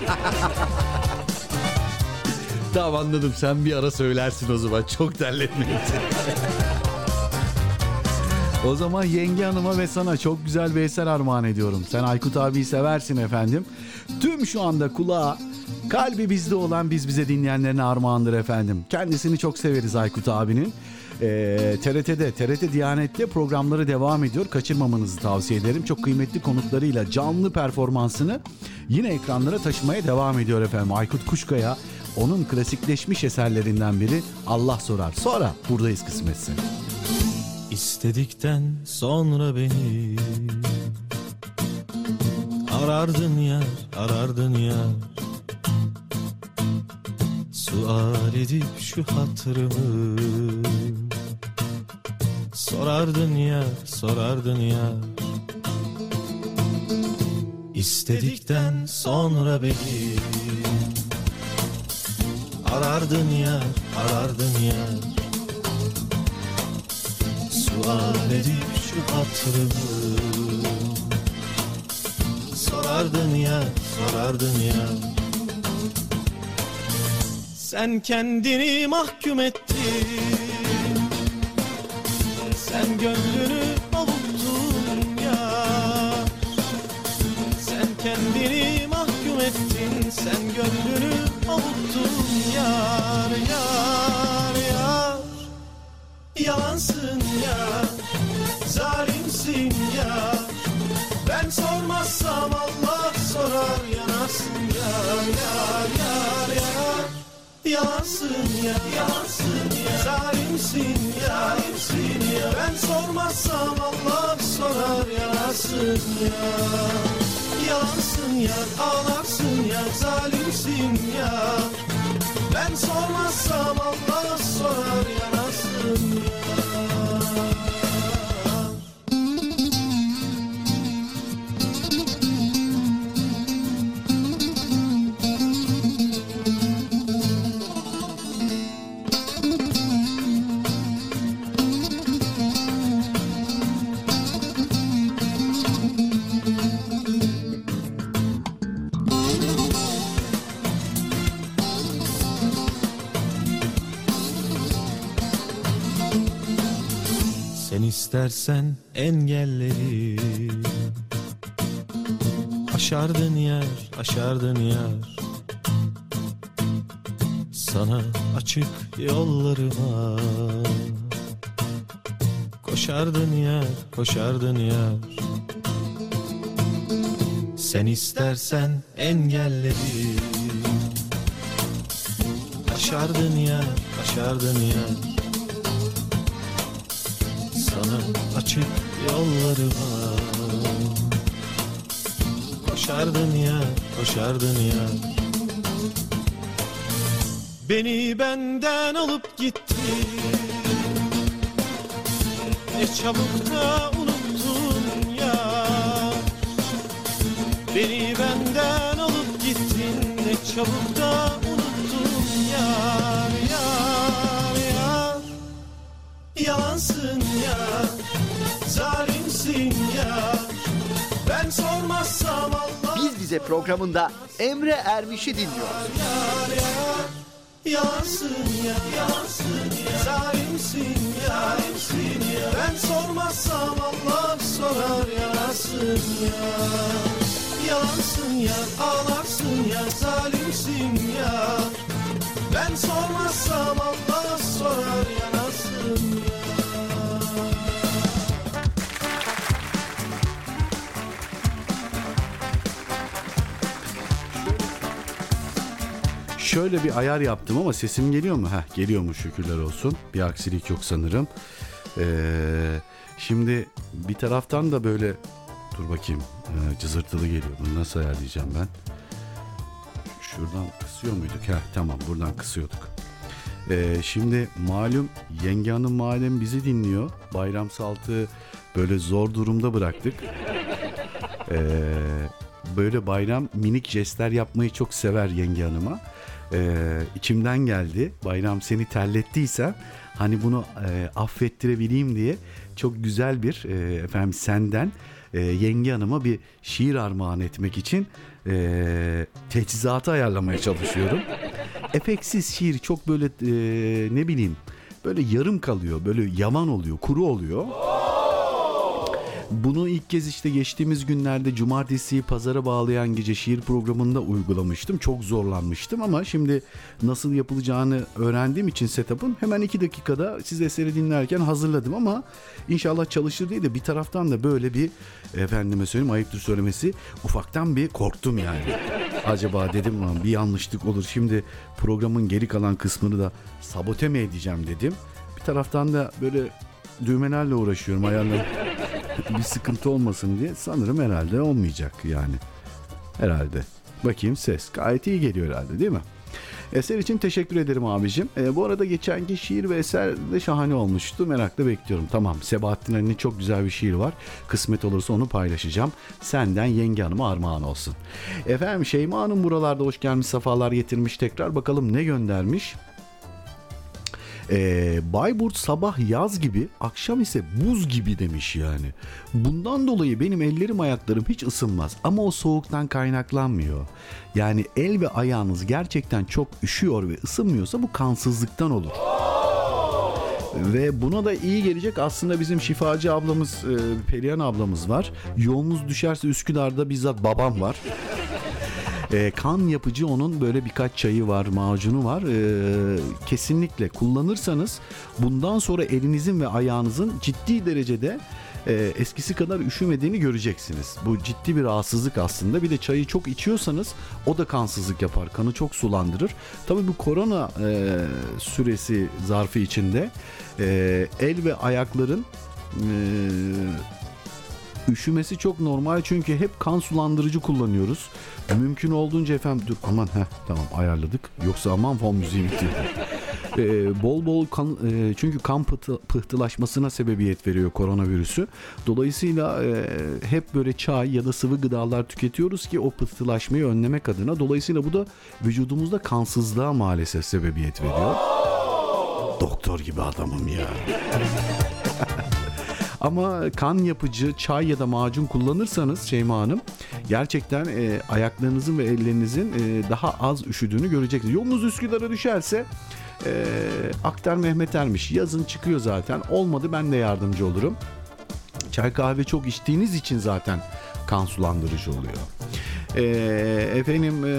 Tamam anladım. Sen bir ara söylersin o zaman. Çok terletmeyin. O zaman Yenge Hanım'a ve sana çok güzel bir eser armağan ediyorum. Sen Aykut abiyi seversin efendim. Tüm şu anda kulağa, kalbi bizde olan biz bize dinleyenlerine armağandır efendim. Kendisini çok severiz Aykut abinin. TRT Diyanet'te programları devam ediyor. Kaçırmamanızı tavsiye ederim. Çok kıymetli konuklarıyla canlı performansını yine ekranlara taşımaya devam ediyor efendim. Aykut Kuşkaya, onun klasikleşmiş eserlerinden biri Allah Sorar. Sonra buradayız kısmetse. İstedikten sonra beni arardın yar, arardın yar. Sual edip şu hatırımı sorardın yar, sorardın yar. İstedikten sonra beni arardın yar, arardın yar. Sual edip şu hatırımı sorardın ya, sorardın ya. Sen kendini mahkum ettin, sen gönlünü avuttun ya. Sen kendini mahkum ettin, sen gönlünü avuttun yar, yar, yar. Yalansın ya, zalimsin ya. Ben sormazsam Allah sorar, yanarsın ya, yar, yar, yar. Yalansın ya, yalansın ya, zalimsin ya, zalimsin ya. Ben sormazsam Allah sorar, yanarsın ya. Yalansın ya, ağlarsın ya, zalimsin ya. Ben sormazsam Allah sorar, yanarsın ya. Sen istersen engelleri aşardın yer, aşardın yer. Sana açık yollarıma koşardın yer, koşardın yer. Sen istersen engelleri aşardın yer, aşardın yer. Sana açık yollarıma koşardın ya, koşardın ya. Beni benden alıp gittin, ne çabuk da unuttun ya. Beni benden alıp gittin, ne çabuk da unuttun yar, yar, yar. Yalansın ya, zalimsin ya. Ben sormazsam Allah. Biz Bize programında Emre Ermiş'i dinliyoruz. Yar, yar. Yalansın ya, yalansın ya, zalimsin ya, zalimsin ya. Ben sormazsam Allah sorar, yalansın ya. Yalansın ya, ağlarsın ya, zalimsin ya. Ben sormazsam Allah sorar, yalansın ya. Şöyle bir ayar yaptım ama sesim geliyor mu? Heh, geliyormuş, şükürler olsun. Bir aksilik yok sanırım. Şimdi bir taraftan da böyle dur bakayım, cızırtılı geliyor. Bunu nasıl ayarlayacağım ben? Şuradan kısıyor muyduk? Heh, tamam, buradan kısıyorduk. Şimdi malum Yenge Hanım malum bizi dinliyor. Bayram Salt'ı böyle zor durumda bıraktık. Böyle bayram minik jestler yapmayı çok sever Yenge Hanım'a. İçimden geldi. Bayram, seni terlettiysem hani bunu affettirebileyim diye çok güzel bir efendim senden Yenge Hanım'a bir şiir armağan etmek için teçhizatı ayarlamaya çalışıyorum. Efeksiz şiir çok böyle ne bileyim böyle yarım kalıyor, böyle yavan oluyor, kuru oluyor. Bunu ilk kez işte geçtiğimiz günlerde cumartesiyi pazara bağlayan gece şiir programında uygulamıştım. Çok zorlanmıştım ama şimdi nasıl yapılacağını öğrendiğim için setup'ın hemen 2 dakikada siz eseri dinlerken hazırladım ama inşallah çalışır diye de bir taraftan da böyle bir efendime söyleyeyim ayıptır söylemesi ufaktan bir korktum yani. Acaba dedim lan bir yanlışlık olur şimdi programın geri kalan kısmını da sabote mi edeceğim dedim. Bir taraftan da böyle düğmelerle uğraşıyorum ayarlarım. Bir sıkıntı olmasın diye sanırım herhalde olmayacak yani. Herhalde. Bakayım ses gayet iyi geliyor herhalde değil mi? Eser için teşekkür ederim abicim. Bu arada geçenki şiir ve eser de şahane olmuştu. Merakla bekliyorum. Tamam Sebahattin Ali'nin çok güzel bir şiir var. Kısmet olursa onu paylaşacağım. Senden yenge hanıma armağan olsun. Efendim Şeyma Hanım buralarda hoş gelmiş sefalar getirmiş tekrar. Bakalım ne göndermiş? Bayburt sabah yaz gibi akşam ise buz gibi demiş yani. Bundan dolayı benim ellerim ayaklarım hiç ısınmaz ama o soğuktan kaynaklanmıyor. Yani el ve ayağınız gerçekten çok üşüyor ve ısınmıyorsa bu kansızlıktan olur. Ve buna da iyi gelecek aslında bizim şifacı ablamız Perihan ablamız var. Yolunuz düşerse Üsküdar'da bizzat babam var. Kan yapıcı onun böyle birkaç çayı var, macunu var. Kesinlikle kullanırsanız bundan sonra elinizin ve ayağınızın ciddi derecede eskisi kadar üşümediğini göreceksiniz. Bu ciddi bir rahatsızlık aslında. Bir de çayı çok içiyorsanız o da kansızlık yapar. Kanı çok sulandırır. Tabii bu korona süresi zarfı içinde el ve ayakların üşümesi çok normal çünkü hep kan sulandırıcı kullanıyoruz. Mümkün olduğunca efendim dur aman tamam ayarladık. Yoksa aman fon müziği bitti. Bol bol kan çünkü kan pıhtılaşmasına sebebiyet veriyor koronavirüsü. Dolayısıyla hep böyle çay ya da sıvı gıdalar tüketiyoruz ki o pıhtılaşmayı önlemek adına. Dolayısıyla bu da vücudumuzda kansızlığa maalesef sebebiyet veriyor. Doktor gibi adamım ya. Ama kan yapıcı çay ya da macun kullanırsanız Şeyma Hanım gerçekten ayaklarınızın ve ellerinizin daha az üşüdüğünü göreceksiniz. Yolunuz Üsküdar'a düşerse Aktar Mehmet Ermiş yazın çıkıyor zaten. Olmadı ben de yardımcı olurum. Çay kahve çok içtiğiniz için zaten kan sulandırıcı oluyor. Efendim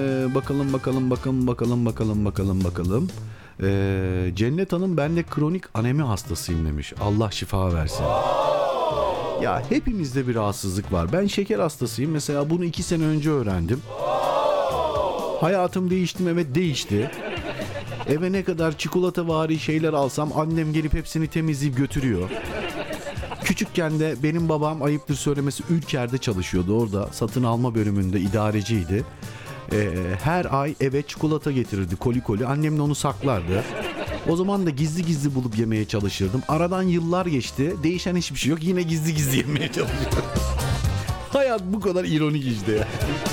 bakalım. Cennet Hanım ben de kronik anemi hastasıyım demiş. Allah şifa versin. Ya hepimizde bir rahatsızlık var. Ben şeker hastasıyım. Mesela bunu 2 sene önce öğrendim. Hayatım değişti mi? Evet değişti. Eve ne kadar çikolatavari şeyler alsam annem gelip hepsini temizleyip götürüyor. Küçükken de benim babam ayıptır söylemesi Ülker'de çalışıyordu. Orada satın alma bölümünde idareciydi. Her ay eve çikolata getirirdi koli. Annem de onu saklardı. O zaman da gizli bulup yemeye çalışırdım. Aradan yıllar geçti. Değişen hiçbir şey yok. Yine gizli yemeye çalışıyorum. Hayat bu kadar ironik işte ya.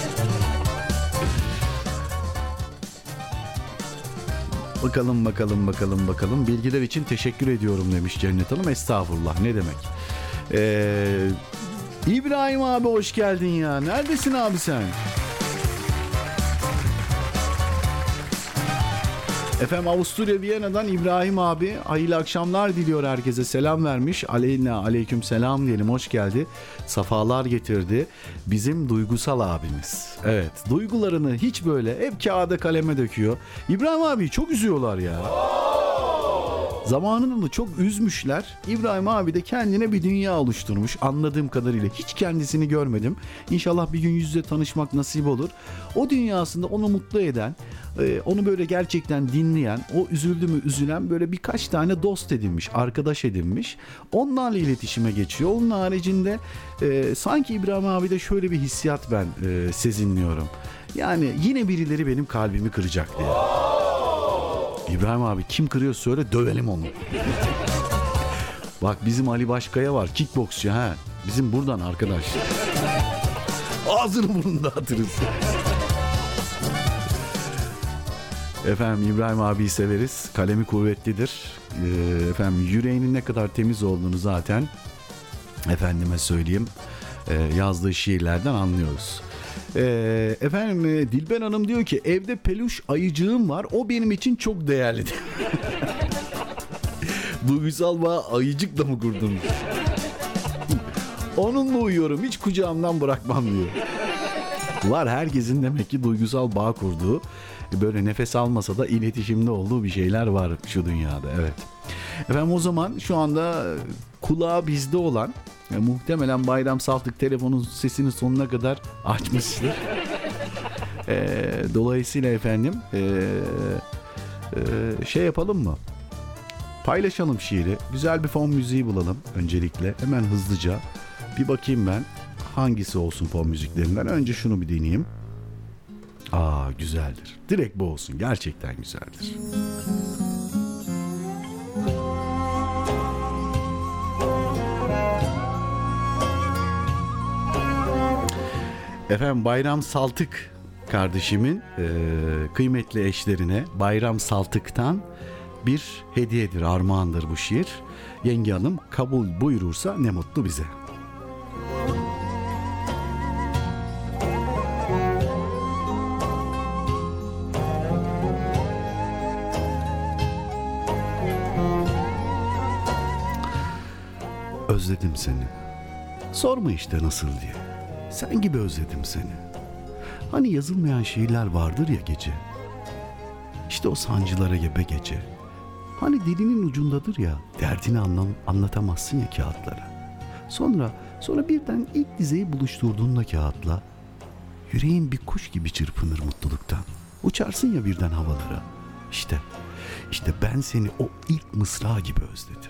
Bakalım. Bilgiler için teşekkür ediyorum demiş Cennet Hanım. Estağfurullah ne demek. İbrahim abi hoş geldin ya. Neredesin abi sen? Efendim Avusturya Viyana'dan İbrahim abi hayırlı akşamlar diliyor herkese. Selam vermiş. Aleyküm selam diyelim. Hoş geldi. Safalar getirdi. Bizim duygusal abimiz. Evet. Duygularını hiç böyle hep kağıda kaleme döküyor. İbrahim abi çok üzüyorlar ya. Zamanında da çok üzmüşler. İbrahim abi de kendine bir dünya oluşturmuş. Anladığım kadarıyla hiç kendisini görmedim. İnşallah bir gün yüz yüze tanışmak nasip olur. O dünyasında onu mutlu eden, onu böyle gerçekten dinleyen, o üzüldü mü üzülen böyle birkaç tane dost edinmiş, arkadaş edinmiş. Onlarla iletişime geçiyor. Onun haricinde sanki İbrahim abi de şöyle bir hissiyat ben sezinliyorum. Yani yine birileri benim kalbimi kıracak diye. İbrahim abi kim kırıyor söyle dövelim onu. Bak bizim Ali Başkaya var kickboksçu ha. Bizim buradan arkadaş. Ağzını burnunu dağıtırız. Efendim İbrahim abiyi severiz. Kalemi kuvvetlidir. Efendim yüreğinin ne kadar temiz olduğunu zaten efendime söyleyeyim yazdığı şiirlerden anlıyoruz. Efendim Dilber Hanım diyor ki evde peluş ayıcığım var, o benim için çok değerlidir. Duygusal bağ ayıcıkla mı kurdun? Onunla uyuyorum, hiç kucağımdan bırakmam diyor. Var, herkesin demek ki duygusal bağ kurduğu, böyle nefes almasa da iletişimde olduğu bir şeyler var şu dünyada, evet. Efendim o zaman şu anda kulağı bizde olan, muhtemelen Bayram Saltık telefonun sesini sonuna kadar açmıştır. Dolayısıyla efendim şey yapalım mı? Paylaşalım şiiri. Güzel bir fon müziği bulalım öncelikle. Hemen hızlıca bir bakayım ben hangisi olsun fon müziklerinden. Önce şunu bir deneyeyim. Güzeldir. Direkt bu olsun. Gerçekten güzeldir. Efendim Bayram Saltık kardeşimin kıymetli eşlerine Bayram Saltık'tan bir hediyedir, armağandır bu şiir. Yenge hanım kabul buyurursa ne mutlu bize. Özledim seni. Sorma işte nasıl diye. Sen gibi özledim seni. Hani yazılmayan şiirler vardır ya gece. İşte o sancılara gebe gece. Hani dilinin ucundadır ya, derdini anlatamazsın ya kağıtlara. Sonra birden ilk dizeyi buluşturduğunda kağıtla, yüreğin bir kuş gibi çırpınır mutluluktan. Uçarsın ya birden havalara. İşte ben seni o ilk mısra gibi özledim.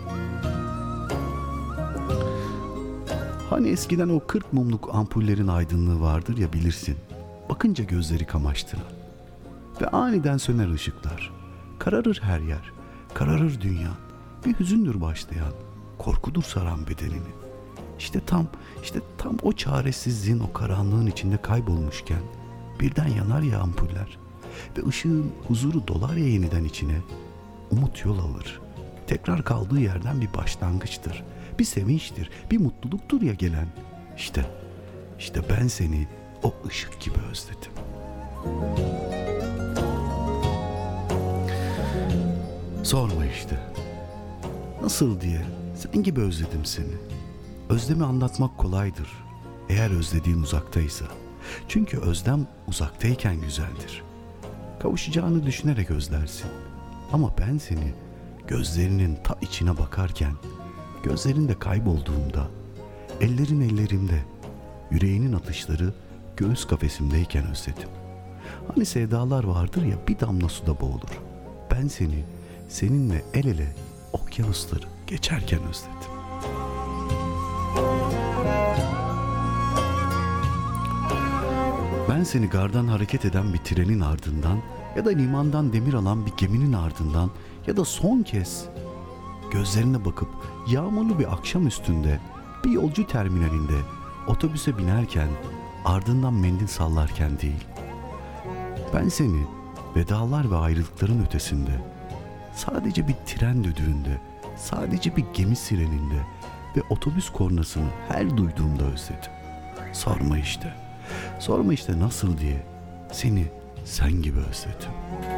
Hani eskiden o 40 mumluk ampullerin aydınlığı vardır ya, bilirsin. Bakınca gözleri kamaştıran. Ve aniden söner ışıklar. Kararır her yer. Kararır dünya. Bir hüzündür başlayan. Korkudur saran bedenini. İşte tam o çaresizliğin, o karanlığın içinde kaybolmuşken birden yanar ya ampuller. Ve ışığın huzuru dolar ya yeniden içine. Umut yol alır. Tekrar kaldığı yerden bir başlangıçtır. Bir sevinçtir, bir mutluluktur ya gelen. İşte ben seni o ışık gibi özledim. Sorma işte. Nasıl diye, sen gibi özledim seni. Özlemi anlatmak kolaydır. Eğer özlediğin uzaktaysa. Çünkü özlem uzaktayken güzeldir. Kavuşacağını düşünerek özlersin. Ama ben seni gözlerinin ta içine bakarken, gözlerinde kaybolduğumda, ellerin ellerimde, yüreğinin atışları göğüs kafesimdeyken özledim. Hani sevdalar vardır ya, bir damla suda boğulur. Ben seni seninle el ele okyanusları geçerken özledim. Ben seni gardan hareket eden bir trenin ardından ya da limandan demir alan bir geminin ardından ya da son kez gözlerine bakıp yağmurlu bir akşam üstünde bir yolcu terminalinde otobüse binerken, ardından mendil sallarken değil. Ben seni vedalar ve ayrılıkların ötesinde, sadece bir tren düdüğünde, sadece bir gemi sireninde ve otobüs kornasını her duyduğumda özledim. Sorma işte nasıl diye, seni sen gibi özledim.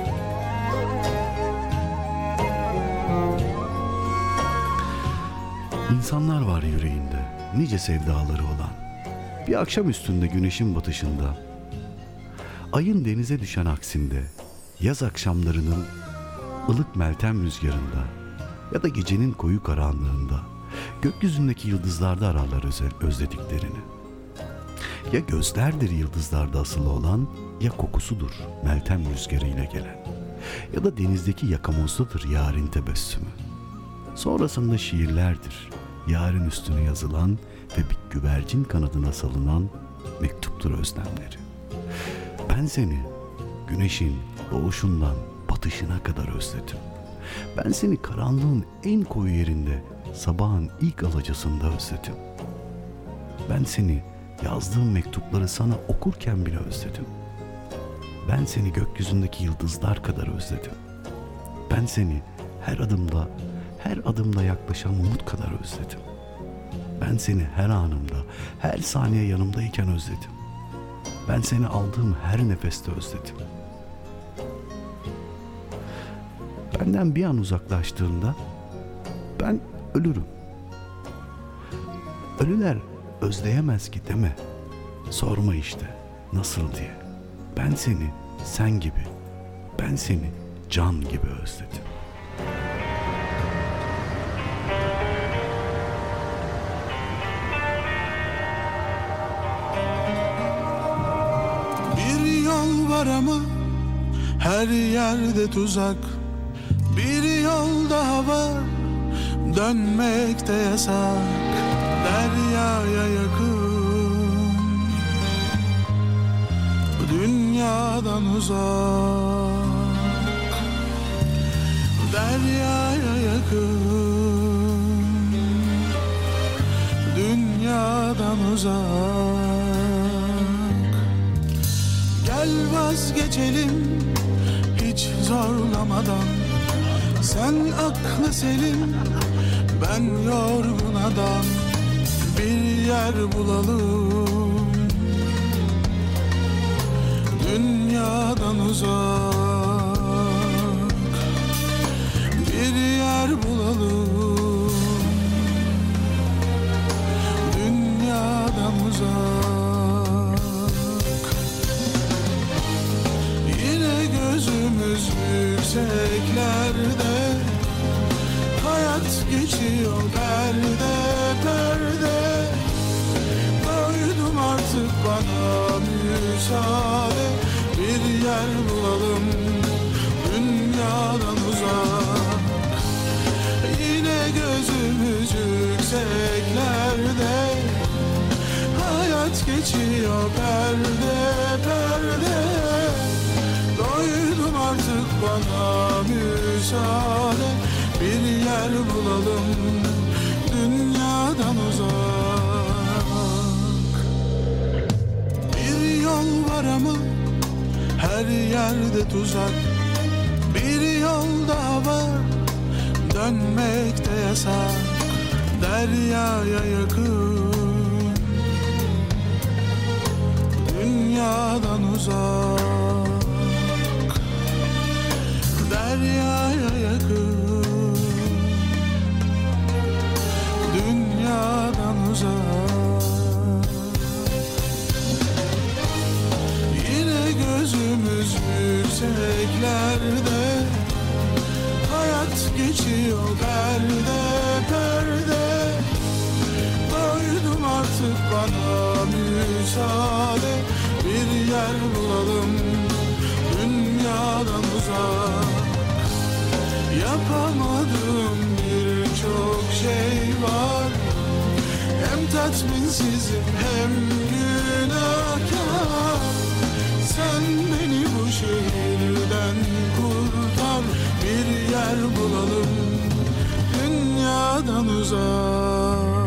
İnsanlar var yüreğinde, nice sevdaları olan. Bir akşam üstünde güneşin batışında, ayın denize düşen aksinde, yaz akşamlarının ılık meltem rüzgarında ya da gecenin koyu karanlığında, gökyüzündeki yıldızlarda ararlar özlediklerini. Ya gözlerdir yıldızlarda asılı olan, ya kokusudur meltem rüzgarıyla gelen, ya da denizdeki yakamozdadır yarın tebessümü. Sonrasında şiirlerdir yarın üstüne yazılan ve bir güvercin kanadına salınan mektuptur özlemleri. Ben seni güneşin doğuşundan batışına kadar özledim. Ben seni karanlığın en koyu yerinde sabahın ilk alacasında özledim. Ben seni yazdığım mektupları sana okurken bile özledim. Ben seni gökyüzündeki yıldızlar kadar özledim. Ben seni her adımda yaklaşan umut kadar özledim. Ben seni her anımda, her saniye yanımdayken özledim. Ben seni aldığım her nefeste özledim. Benden bir an uzaklaştığında ben ölürüm. Ölüler özleyemez ki deme. Sorma işte nasıl diye. Ben seni sen gibi, ben seni can gibi özledim. Bir yol var ama her yerde tuzak. Bir yol daha var, dönmek de yasak. Deryaya yakın, dünyadan uzak. Deryaya yakın, dünyadan uzak. Gel vazgeçelim hiç zorlamadan. Sen aklı selim, ben yorgun adam. Bir yer bulalım, dünyadan uzak. Bir yer bulalım, dünyadan uzak. Yine gözümüz yükseklerde, hayat geçiyor perde perde. Doydum artık bana müsaade. Bir yer bulalım, dünyadan uzak. Yine gözümüz yükseklerde, hayat geçiyor perde perde. Doydum artık bana müsaade. Bir yer bulalım, dünyadan uzak. Bir yol var ama her yerde tuzak. Bir yol daha var, dönmek de yasak. Deryaya yakın, dünyadan uzak. Deryaya yakın, dünyadan uzak. Yine gözümüz yükseklerde, hayat geçiyor perde perde. Doydum artık bana müsaade. Bir yer bulalım, dünyadan uzak. Yapamadığım birçok şey var. Hem tatminsizim hem günahkar. Sen beni bu şehirden kurtar. Bir yer bulalım, dünyadan uzak.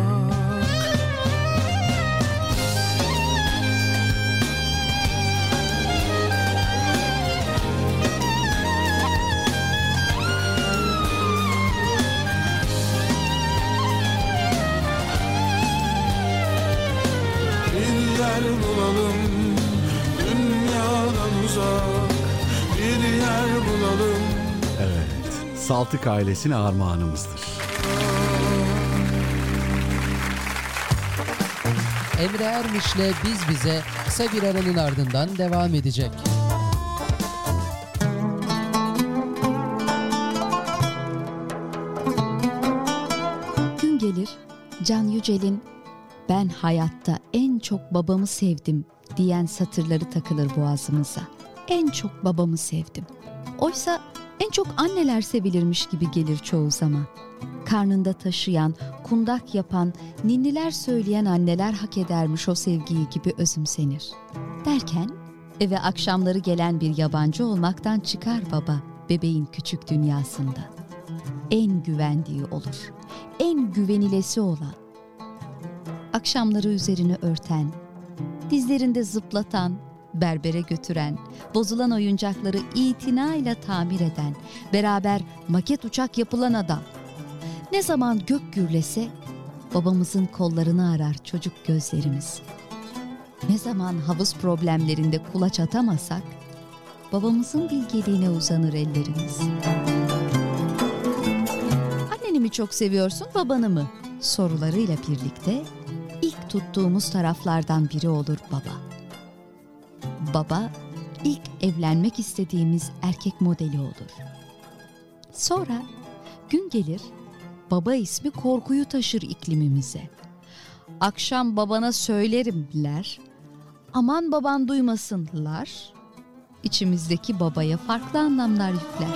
Bulalım, dünyadan uzak. Bir yer bulalım. Evet, Saltık ailesine armağanımızdır. Emre Ermiş'le Biz Bize kısa bir aranın ardından devam edecek. Gün gelir Can Yücel'in "Ben hayatta en çok babamı sevdim" diyen satırları takılır boğazımıza. En çok babamı sevdim. Oysa en çok anneler sevilirmiş gibi gelir çoğu zaman. Karnında taşıyan, kundak yapan, ninniler söyleyen anneler hak edermiş o sevgiyi gibi özümsenir. Derken eve akşamları gelen bir yabancı olmaktan çıkar baba bebeğin küçük dünyasında. En güvendiği olur, en güvenilesi olan. Akşamları üzerini örten, dizlerinde zıplatan, berbere götüren, bozulan oyuncakları itinayla tamir eden, beraber maket uçak yapılan adam. Ne zaman gök gürlese babamızın kollarını arar çocuk gözlerimiz. Ne zaman havuz problemlerinde kulaç atamasak babamızın bilgeliğine uzanır ellerimiz. Anneni mi çok seviyorsun, babanı mı? Sorularıyla birlikte ilk tuttuğumuz taraflardan biri olur baba. Baba, ilk evlenmek istediğimiz erkek modeli olur. Sonra gün gelir, baba ismi korkuyu taşır iklimimize. Akşam babana söylerimler, aman baban duymasınlar. İçimizdeki babaya farklı anlamlar yükler.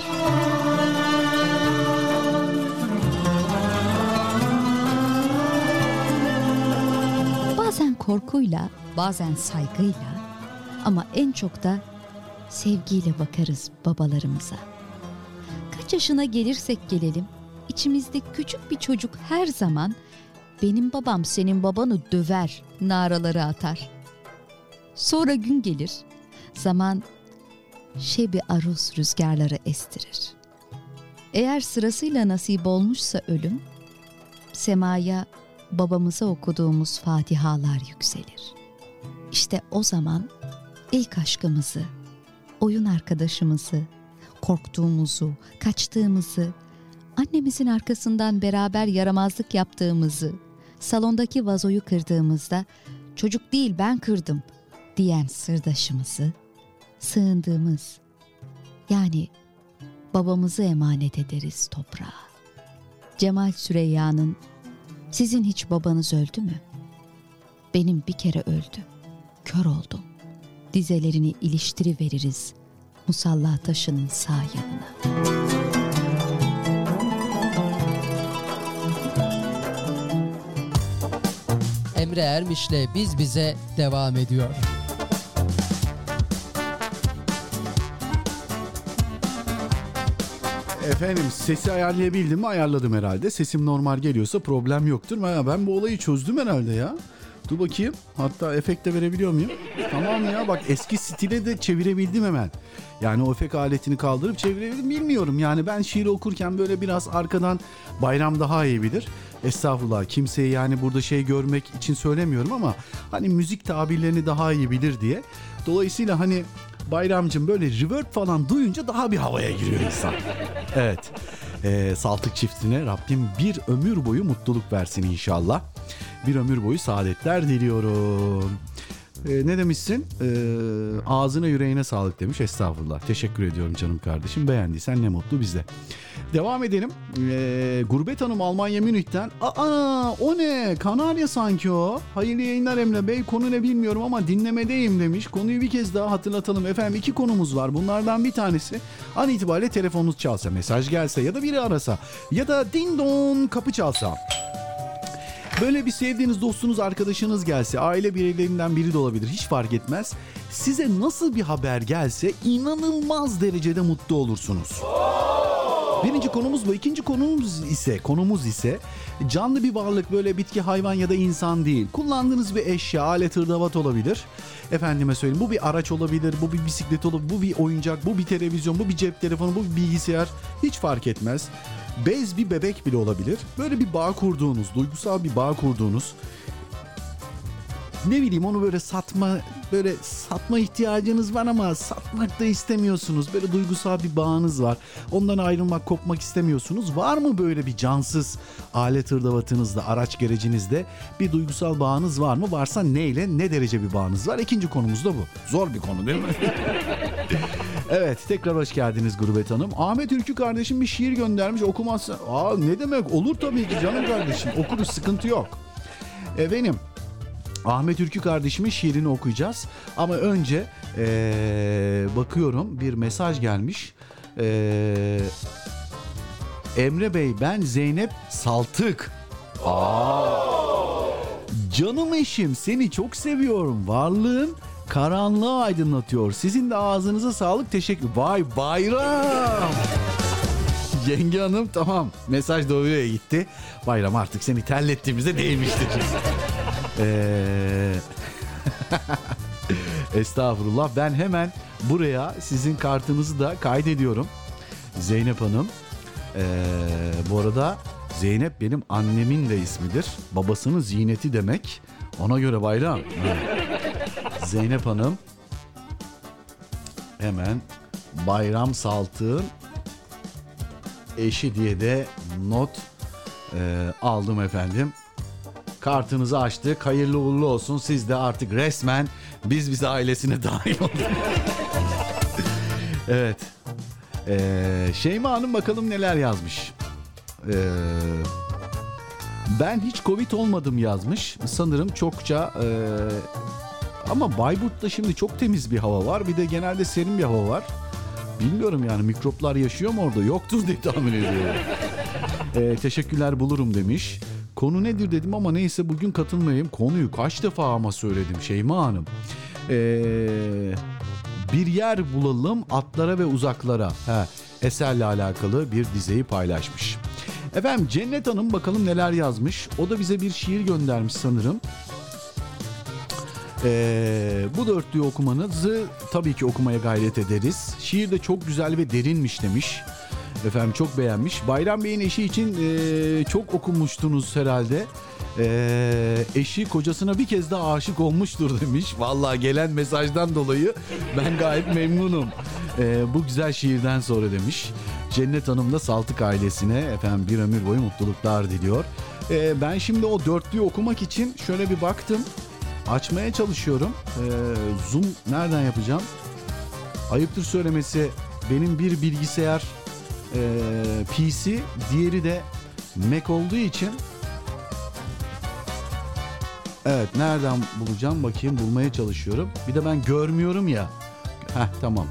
Bazen korkuyla, bazen saygıyla ama en çok da sevgiyle bakarız babalarımıza. Kaç yaşına gelirsek gelelim, içimizde küçük bir çocuk her zaman benim babam senin babanı döver naraları atar. Sonra gün gelir, zaman şebi aruz rüzgarları estirir. Eğer sırasıyla nasip olmuşsa ölüm, semaya babamıza okuduğumuz fatihalar yükselir. İşte o zaman ilk aşkımızı, oyun arkadaşımızı, korktuğumuzu, kaçtığımızı, annemizin arkasından beraber yaramazlık yaptığımızı, salondaki vazoyu kırdığımızda çocuk değil ben kırdım diyen sırdaşımızı, sığındığımız yani babamızı emanet ederiz toprağa. Cemal Süreyya'nın "Sizin hiç babanız öldü mü? Benim bir kere öldü, kör oldum." dizelerini iliştiriveririz musalla taşının sağ yanına. Emre Ermiş'le Biz Bize devam ediyor. Efendim sesi ayarlayabildim mi? Ayarladım herhalde. Sesim normal geliyorsa problem yoktur. Ben bu olayı çözdüm herhalde ya. Dur bakayım. Hatta efekt de verebiliyor muyum? Tamam ya, bak eski stile de çevirebildim hemen. Yani o efekt aletini kaldırıp çevirebildim, bilmiyorum. Yani ben şiir okurken böyle biraz arkadan Bayram daha iyi bilir. Estağfurullah, kimseyi yani burada görmek için söylemiyorum ama hani müzik tabirlerini daha iyi bilir diye. Dolayısıyla hani Bayramcığım böyle reverb falan duyunca daha bir havaya giriyor insan. Evet. Saltık çiftine Rabbim bir ömür boyu mutluluk versin inşallah. Bir ömür boyu saadetler diliyorum. Ne demişsin? Ağzına yüreğine sağlık demiş. Estağfurullah. Teşekkür ediyorum canım kardeşim. Beğendiysen ne mutlu bize. Devam edelim. Gurbet Hanım Almanya Münih'ten. O ne? Kanarya sanki o. Hayırlı yayınlar Emre Bey. Konu ne bilmiyorum ama dinlemedeyim demiş. Konuyu bir kez daha hatırlatalım. Efendim 2 konumuz var. Bunlardan bir tanesi an itibariyle telefonunuz çalsa, mesaj gelse ya da biri arasa ya da ding dong kapı çalsa. Böyle bir sevdiğiniz dostunuz, arkadaşınız gelse, aile bireylerinden biri de olabilir, hiç fark etmez. Size nasıl bir haber gelse inanılmaz derecede mutlu olursunuz. Birinci konumuz bu. İkinci konumuz ise canlı bir varlık, böyle bitki, hayvan ya da insan değil. Kullandığınız bir eşya, alet, hırdavat olabilir. Efendime söyleyeyim, bu bir araç olabilir, bu bir bisiklet olabilir, bu bir oyuncak, bu bir televizyon, bu bir cep telefonu, bu bir bilgisayar, hiç fark etmez. Bez bir bebek bile olabilir. Böyle bir bağ kurduğunuz, duygusal bir bağ kurduğunuz, ne bileyim onu böyle satma ihtiyacınız var ama satmak da istemiyorsunuz. Böyle duygusal bir bağınız var. Ondan ayrılmak, kopmak istemiyorsunuz. Var mı böyle bir cansız alet hırdavatınızda, araç gerecinizde bir duygusal bağınız var mı? Varsa neyle, ne derece bir bağınız var? İkinci konumuz da bu. Zor bir konu değil mi? Evet, tekrar hoş geldiniz Gurbet Hanım. Ahmet Ülkü kardeşim bir şiir göndermiş, okumazsa. Ne demek, olur tabii ki canım kardeşim. Okuruz, sıkıntı yok. Efendim, Ahmet Ülkü kardeşimin şiirini okuyacağız. Ama önce bakıyorum bir mesaj gelmiş. Emre Bey, ben Zeynep Saltık. Canım eşim, seni çok seviyorum. Varlığın karanlığı aydınlatıyor. Sizin de ağzınıza sağlık, teşekkür. Vay bayram. Yenge hanım, tamam, mesaj doğruya gitti. Bayram, artık seni terlettiğimizde değmiştir. Estağfurullah, ben hemen buraya sizin kartınızı da kaydediyorum Zeynep Hanım. Bu arada Zeynep benim annemin de ismidir. Babasının ziyneti demek. Ona göre Bayram. Zeynep Hanım, hemen Bayram Saltık'ın eşi diye de not aldım efendim. kartınızı açtık. Hayırlı uğurlu olsun. Siz de artık resmen biz ailesine dahil olduk. Evet. Şeyma Hanım bakalım neler yazmış. Ben hiç Covid olmadım yazmış. Sanırım çokça ama Bayburt'ta şimdi çok temiz bir hava var. Bir de genelde serin bir hava var. Bilmiyorum yani mikroplar yaşıyor mu orada? Yoktur diye tahmin ediyorum. Teşekkürler bulurum demiş. Konu nedir dedim ama neyse bugün katılmayayım. Konuyu kaç defa ama söyledim Şeyma Hanım. Bir yer bulalım atlara ve uzaklara. Eserle alakalı bir dizeyi paylaşmış. Efendim Cennet Hanım bakalım neler yazmış. O da bize bir şiir göndermiş sanırım. Bu dörtlüğü okumanızı tabii ki okumaya gayret ederiz. Şiir de çok güzel ve derinmiş demiş. Efendim çok beğenmiş. Bayram Bey'in eşi için çok okumuştunuz herhalde. Eşi kocasına bir kez daha aşık olmuştur demiş. Vallahi gelen mesajdan dolayı ben gayet memnunum. Bu güzel şiirden sonra demiş. Cennet Hanım da Saltık ailesine efendim bir ömür boyu mutluluklar diliyor. Ben şimdi o dörtlüğü okumak için şöyle bir baktım. Açmaya çalışıyorum. Zoom nereden yapacağım? Ayıptır söylemesi benim bir bilgisayar PC, diğeri de Mac olduğu için evet nereden bulacağım bakayım, bulmaya çalışıyorum. Bir de ben görmüyorum ya. Tamam.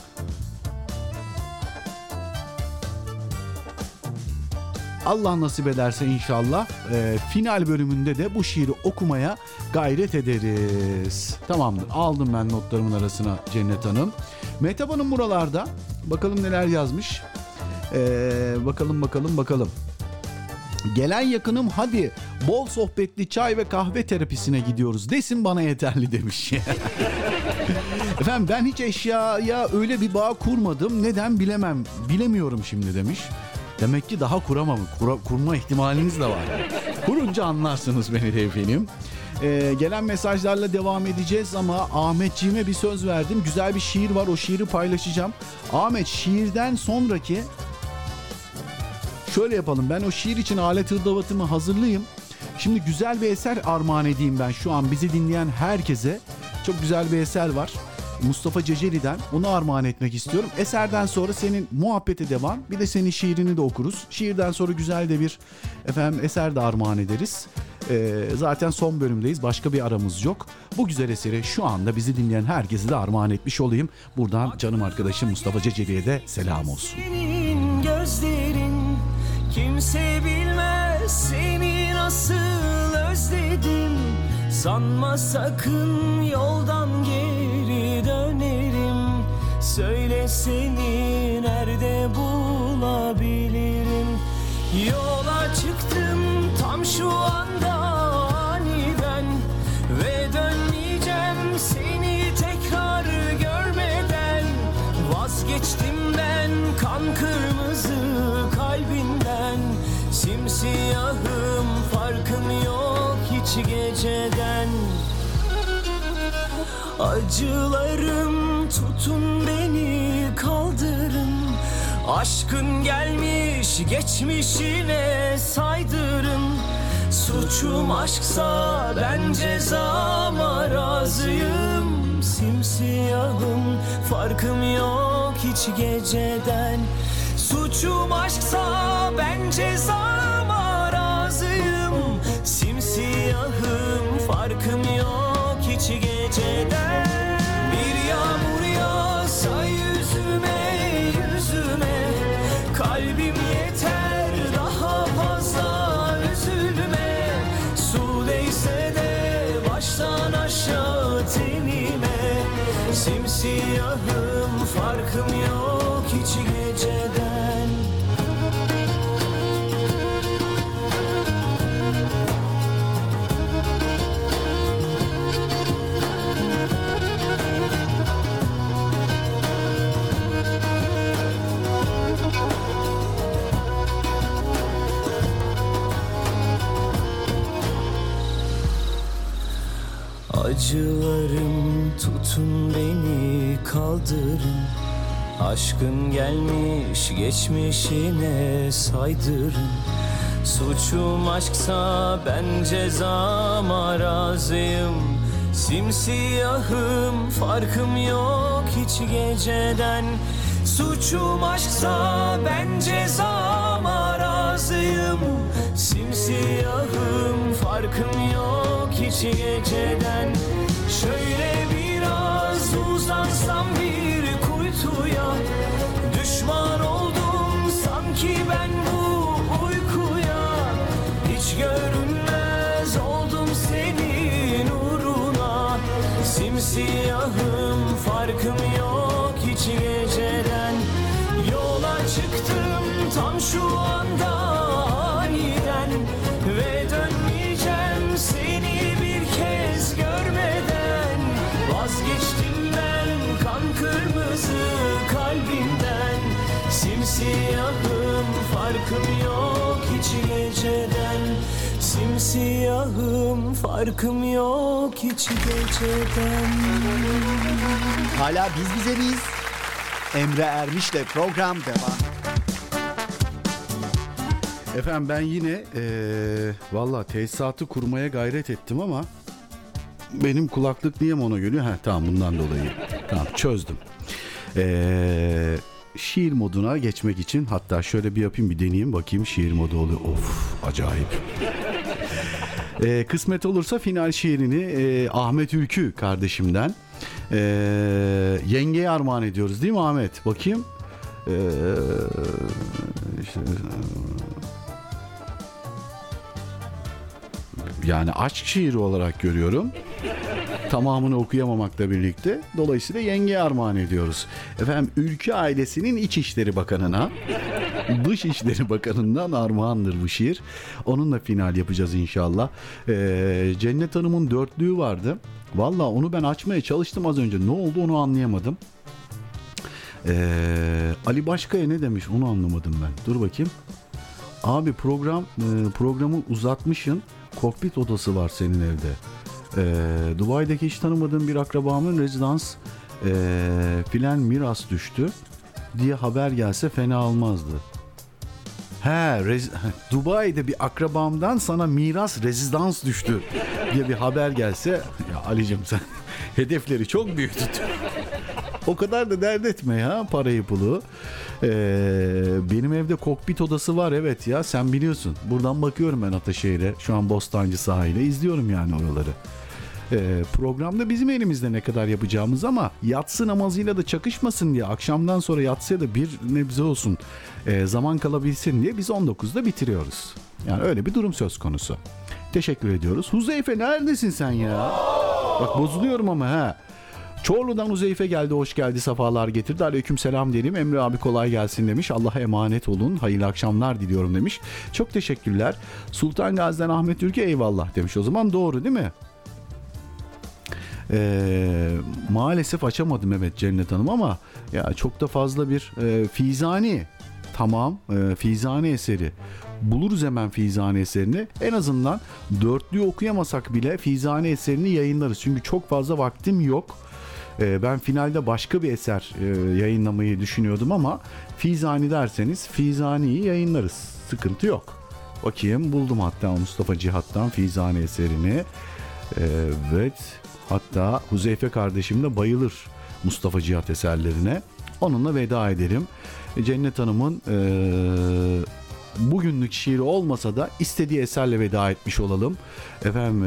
Allah nasip ederse inşallah final bölümünde de bu şiiri okumaya gayret ederiz. Tamamdır. Aldım ben notlarımın arasına Cennet Hanım. Mehtap Hanım buralarda. Bakalım neler yazmış. Bakalım. Gelen yakınım hadi bol sohbetli çay ve kahve terapisine gidiyoruz desin bana yeterli demiş. Efendim ben hiç eşyaya öyle bir bağ kurmadım. Neden bilemiyorum şimdi demiş. Demek ki daha kurma ihtimaliniz de var. Kurunca anlarsınız beni de efendim. Gelen mesajlarla devam edeceğiz ama Ahmetciğime bir söz verdim. Güzel bir şiir var, o şiiri paylaşacağım. Ahmet, şiirden sonraki şöyle yapalım. Ben o şiir için alet hırdavatımı hazırlayayım. Şimdi güzel bir eser armağan edeyim ben şu an bizi dinleyen herkese. Çok güzel bir eser var. Mustafa Ceceli'den, onu armağan etmek istiyorum. Eserden sonra senin muhabbete devam. Bir de senin şiirini de okuruz. Şiirden sonra güzel de bir eser de armağan ederiz. Zaten son bölümdeyiz. Başka bir aramız yok. Bu güzel eseri şu anda bizi dinleyen herkese de armağan etmiş olayım. Buradan canım arkadaşım Mustafa Ceceli'ye de selam olsun. Senin gözlerin kimse bilmez seni nasıl özledim. Sanma sakın yoldan geri dönerim. Söyle seni nerede bulabilirim. Yola çıktım tam şu anda aniden ve dönmeyeceğim seni tekrar görmeden. Vazgeçtim ben kan kırmızı kalbinden. Simsiyahım farkım yok hiç geceden. Acılarım tutun beni kaldırın. Aşkın gelmiş geçmişine saydırın. Suçum aşksa ben cezama razıyım. Simsiyahım farkım yok hiç geceden. Suçum aşksa ben cezama razıyım. Simsiyahım farkım yok hiç geceden. Bir yağmur yağsa yüzüme kalbim yeter daha fazla üzülme. Su değse de baştan aşağı tenime. Simsiyahım farkım yok hiç geceden. Acılarım tutun beni kaldırın. Aşkın gelmiş geçmişine saydırın. Suçum aşksa ben cezama razıyım. Simsiyahım, farkım yok hiç geceden. Suçum aşksa ben cezama razıyım. Simsiyahım, farkım yok hiç geceden. Şöyle biraz uzansam bir kuytuya, düşman oldum sanki ben bu uykuya. Hiç görünmez oldum senin uğruna. Simsiyahım, farkım yok hiç geceden. Yola çıktım tam şu anda aniden, ve dönmeyeceğim seni bir kez görmeden. Vazgeçtim ben kan kırmızı kalbimden. Simsiyahım, farkım yok hiç geceden. Simsiyahım, farkım yok hiç geceden. Hala biz bize biz. Emre Ermiş'le program devam. Efendim ben yine valla tesisatı kurmaya gayret ettim ama benim kulaklık niye mono geliyor? Tamam, bundan dolayı. Tamam, çözdüm. Şiir moduna geçmek için, hatta şöyle bir yapayım, bir deneyeyim bakayım şiir modu oluyor. Of, acayip. Kısmet olursa final şiirini Ahmet Ülkü kardeşimden yengeye armağan ediyoruz değil mi Ahmet? Bakayım. Yani aşk şiiri olarak görüyorum. Tamamını okuyamamakla birlikte. Dolayısıyla yengeye armağan ediyoruz. Efendim, Ülkü ailesinin İçişleri Bakanı'na, Dışişleri Bakanı'ndan armağandır bu şiir. Onunla final yapacağız inşallah. Cennet Hanım'ın dörtlüğü vardı. Valla onu ben açmaya çalıştım az önce. Ne oldu onu anlayamadım. Ali Başkaya ne demiş onu anlamadım ben. Dur bakayım. Abi programı uzatmışsın. Kokpit odası var senin evde. Dubai'deki hiç tanımadığım bir akrabamın rezidans filan miras düştü diye haber gelse fena olmazdı. Dubai'de bir akrabamdan sana miras rezidans düştü diye bir haber gelse, ya Ali'cim sen hedefleri çok büyük tut. O kadar da dert etme ya parayı pulu. Benim evde kokpit odası var, evet ya, sen biliyorsun. Buradan bakıyorum ben Ataşehir'e. Şu an Bostancı sahile izliyorum yani oraları. Programda bizim elimizde ne kadar yapacağımız, ama yatsı namazıyla da çakışmasın diye, akşamdan sonra yatsıya da bir nebze olsun zaman kalabilsin diye biz 19'da bitiriyoruz. Yani öyle bir durum söz konusu. Teşekkür ediyoruz. Huzeyfe neredesin sen ya? Bak bozuluyorum ama ha. Çorlu'dan Huzeyfe geldi, hoş geldi, sefalar getirdi. Aleykümselam diyelim. Emre abi kolay gelsin demiş. Allah'a emanet olun. Hayırlı akşamlar diliyorum demiş. Çok teşekkürler. Sultan Gazi'den Ahmet Türkiye eyvallah demiş. O zaman doğru değil mi? Maalesef açamadım evet Cennet Hanım, ama ya çok da fazla bir Fizani, tamam, Fizani eseri buluruz hemen. Fizani eserini en azından dörtlüğü okuyamasak bile Fizani eserini yayınlarız, çünkü çok fazla vaktim yok. Ben finalde başka bir eser yayınlamayı düşünüyordum, ama Fizani derseniz Fizani'yi yayınlarız, sıkıntı yok. Bakayım, buldum hatta Mustafa Cihat'tan Fizani eserini. Evet, hatta Huzeyfe kardeşim de bayılır Mustafa Cihat eserlerine. Onunla veda edelim. Cennet Hanım'ın bugünlük şiiri olmasa da istediği eserle veda etmiş olalım. Efendim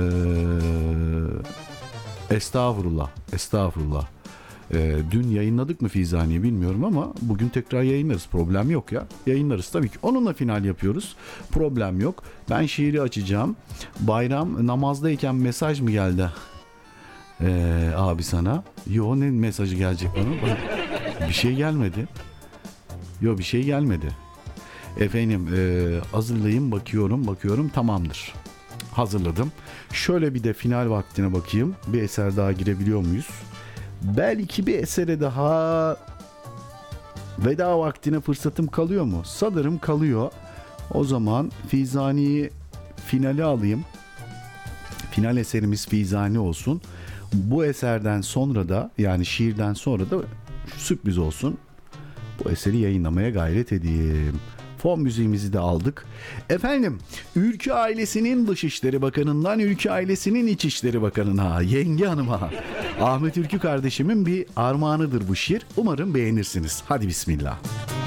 estağfurullah. Dün yayınladık mı Fizani'yi bilmiyorum, ama bugün tekrar yayınlarız. Problem yok ya. Yayınlarız tabii ki. Onunla final yapıyoruz. Problem yok. Ben şiiri açacağım. Bayram namazdayken mesaj mı geldi? Abi sana. Yo, ne mesajı gelecek bana? Bir şey gelmedi. Yo, bir şey gelmedi. Efendim hazırlayayım, bakıyorum tamamdır. Hazırladım. Şöyle bir de final vaktine bakayım. Bir eser daha girebiliyor muyuz? Belki bir esere daha veda vaktine fırsatım kalıyor mu? Sanırım kalıyor. O zaman Fizani'yi finale alayım. Final eserimiz Fizani olsun. Bu eserden sonra da, yani şiirden sonra da sürpriz olsun. Bu eseri yayınlamaya gayret edeyim. fon müziğimizi de aldık. Efendim, Ülkü ailesinin Dışişleri Bakanı'ndan Ülkü ailesinin İçişleri Bakanı'na, Yenge Hanım'a, Ahmet Ülkü kardeşimin bir armağanıdır bu şiir. Umarım beğenirsiniz. Hadi bismillah.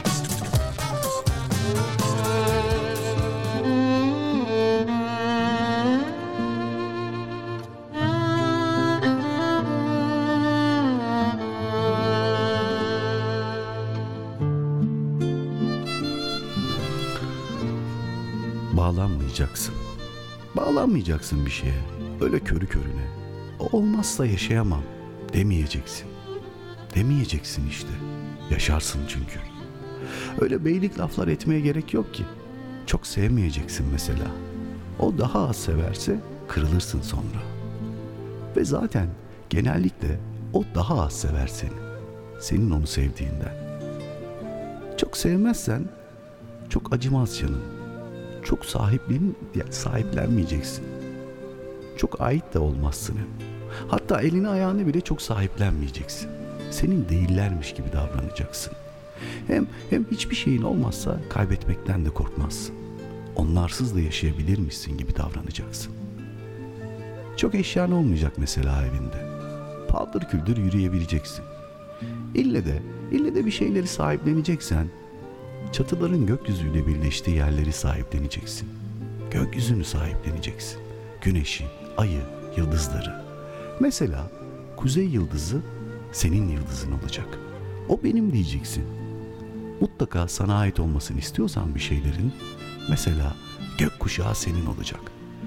Bağlanmayacaksın. Bağlanmayacaksın bir şeye. Öyle körü körüne. O olmazsa yaşayamam demeyeceksin. Demeyeceksin işte. Yaşarsın çünkü. Öyle beylik laflar etmeye gerek yok ki. Çok sevmeyeceksin mesela. O daha az severse kırılırsın sonra. Ve zaten genellikle o daha az sever seni. Senin onu sevdiğinden. Çok sevmezsen çok acımaz canın. Çok sahiplenmeyeceksin. Çok ait de olmazsın hem. Hatta elini ayağını bile çok sahiplenmeyeceksin. Senin değillermiş gibi davranacaksın. Hem hiçbir şeyin olmazsa kaybetmekten de korkmazsın. Onlarsız da yaşayabilirmişsin gibi davranacaksın. Çok eşyan olmayacak mesela evinde. Paldır küldür yürüyebileceksin. İlle de bir şeyleri sahipleneceksen çatıların gökyüzüyle birleştiği yerleri sahipleneceksin. Gökyüzünü sahipleneceksin. Güneşi, ayı, yıldızları. Mesela kuzey yıldızı senin yıldızın olacak. O benim diyeceksin. Mutlaka sana ait olmasını istiyorsan bir şeylerin, mesela gökkuşağı senin olacak.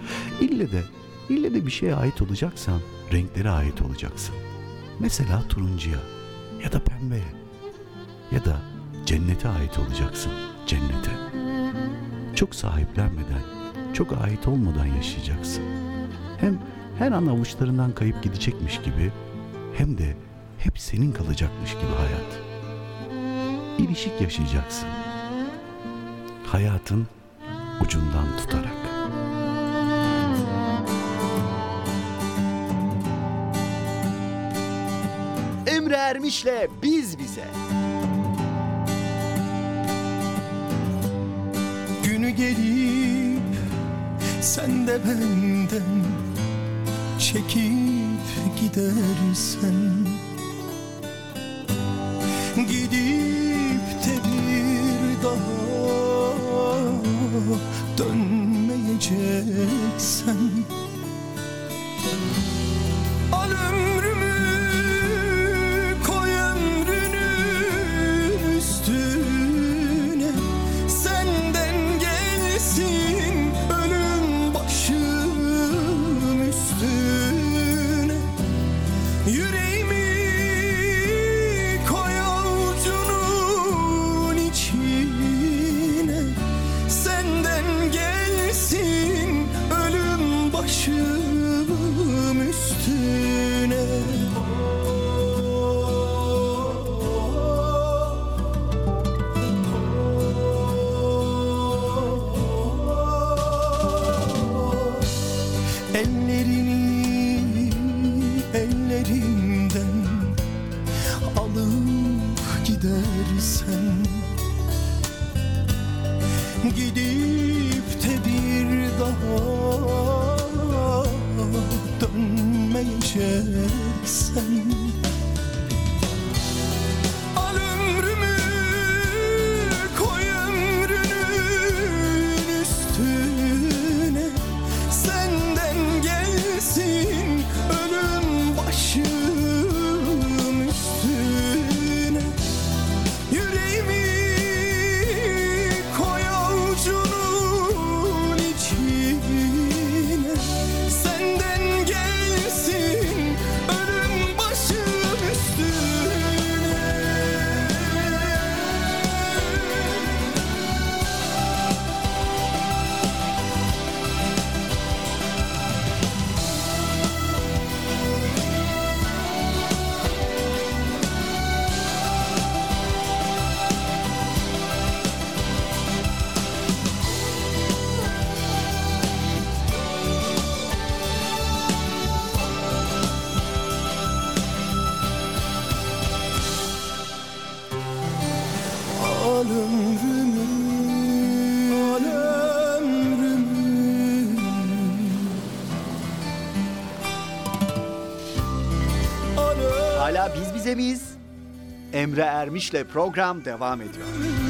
İlle de bir şeye ait olacaksan renklere ait olacaksın. Mesela turuncuya ya da pembeye ya da cennete ait olacaksın, cennete. Çok sahiplenmeden, çok ait olmadan yaşayacaksın. Hem her an avuçlarından kayıp gidecekmiş gibi, hem de hep senin kalacakmış gibi hayat. İlişik yaşayacaksın. Hayatın ucundan tutarak. Emre Ermiş'le Biz Bize. Günü gelip sen de benden çekip gidersen, gidip de bir daha dönmeyeceksen, al ömrümü koy ömrünün üstüne, senden gelsin ölüm başım üstüne. Yüreğimi koy avucunun içine, senden gelsin ölüm başım üstüne. Ellerini ellerimden alıp gidersen, gidip de bir daha dönmeyeceksen, al ömrümü koy ömrünün üstüne, senden gelsin ölüm başım üstüne. Yüreğimi koy avucunun Hala biz bize miyiz? Emre Ermiş'le program devam ediyor.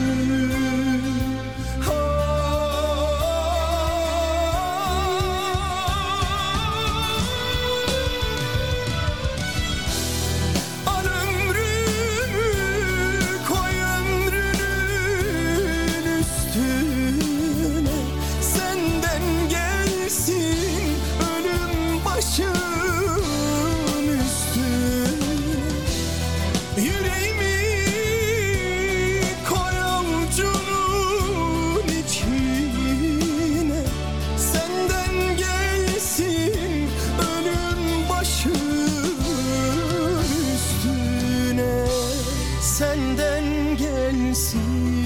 Senden gelsin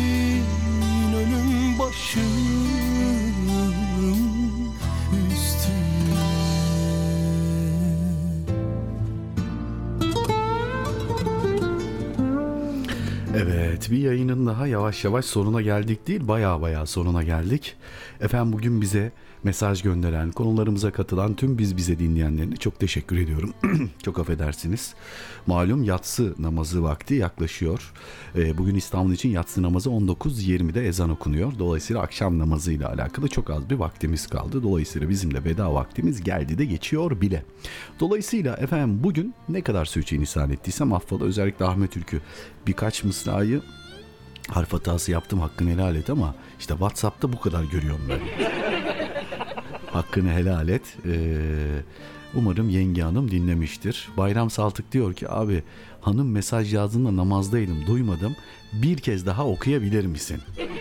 ölüm başım üstüne. Evet, bir yayının daha yavaş yavaş sonuna geldik değil, baya sonuna geldik. Efendim bugün bize mesaj gönderen, konularımıza katılan tüm bize dinleyenlerine çok teşekkür ediyorum. Çok affedersiniz. Malum yatsı namazı vakti yaklaşıyor. Bugün İstanbul için yatsı namazı 19.20'de ezan okunuyor. Dolayısıyla akşam namazıyla alakalı çok az bir vaktimiz kaldı. Dolayısıyla bizim de veda vaktimiz geldi de geçiyor bile. Dolayısıyla efendim bugün ne kadar sürçülisan ettiysem affola. Özellikle Ahmet Ülkü birkaç mısrayı harf hatası yaptım, hakkını helal et, ama işte WhatsApp'ta bu kadar görüyorum ben. Hakkını helal et. Umarım yenge hanım dinlemiştir. Bayram Saltık diyor ki abi hanım mesaj yazdığında namazdaydım, duymadım. Bir kez daha okuyabilir misin?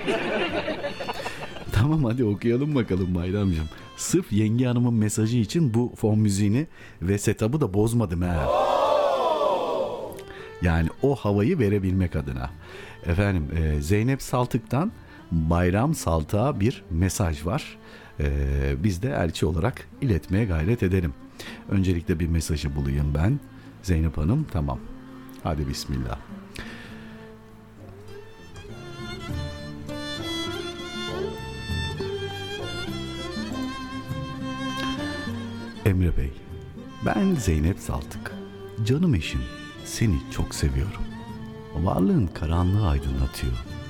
Tamam hadi okuyalım bakalım Bayramcığım. Sırf yenge hanımın mesajı için bu fon müziğini ve setup'ı da bozmadım ha. Yani o havayı verebilmek adına. Efendim Zeynep Saltık'tan Bayram Saltık'a bir mesaj var. Biz de elçi olarak iletmeye gayret edelim. Öncelikle bir mesajı bulayım ben. Zeynep Hanım tamam. Hadi bismillah. Emre Bey, ben Zeynep Saltık. Canım eşim, seni çok seviyorum. Varlığın karanlığı aydınlatıyor.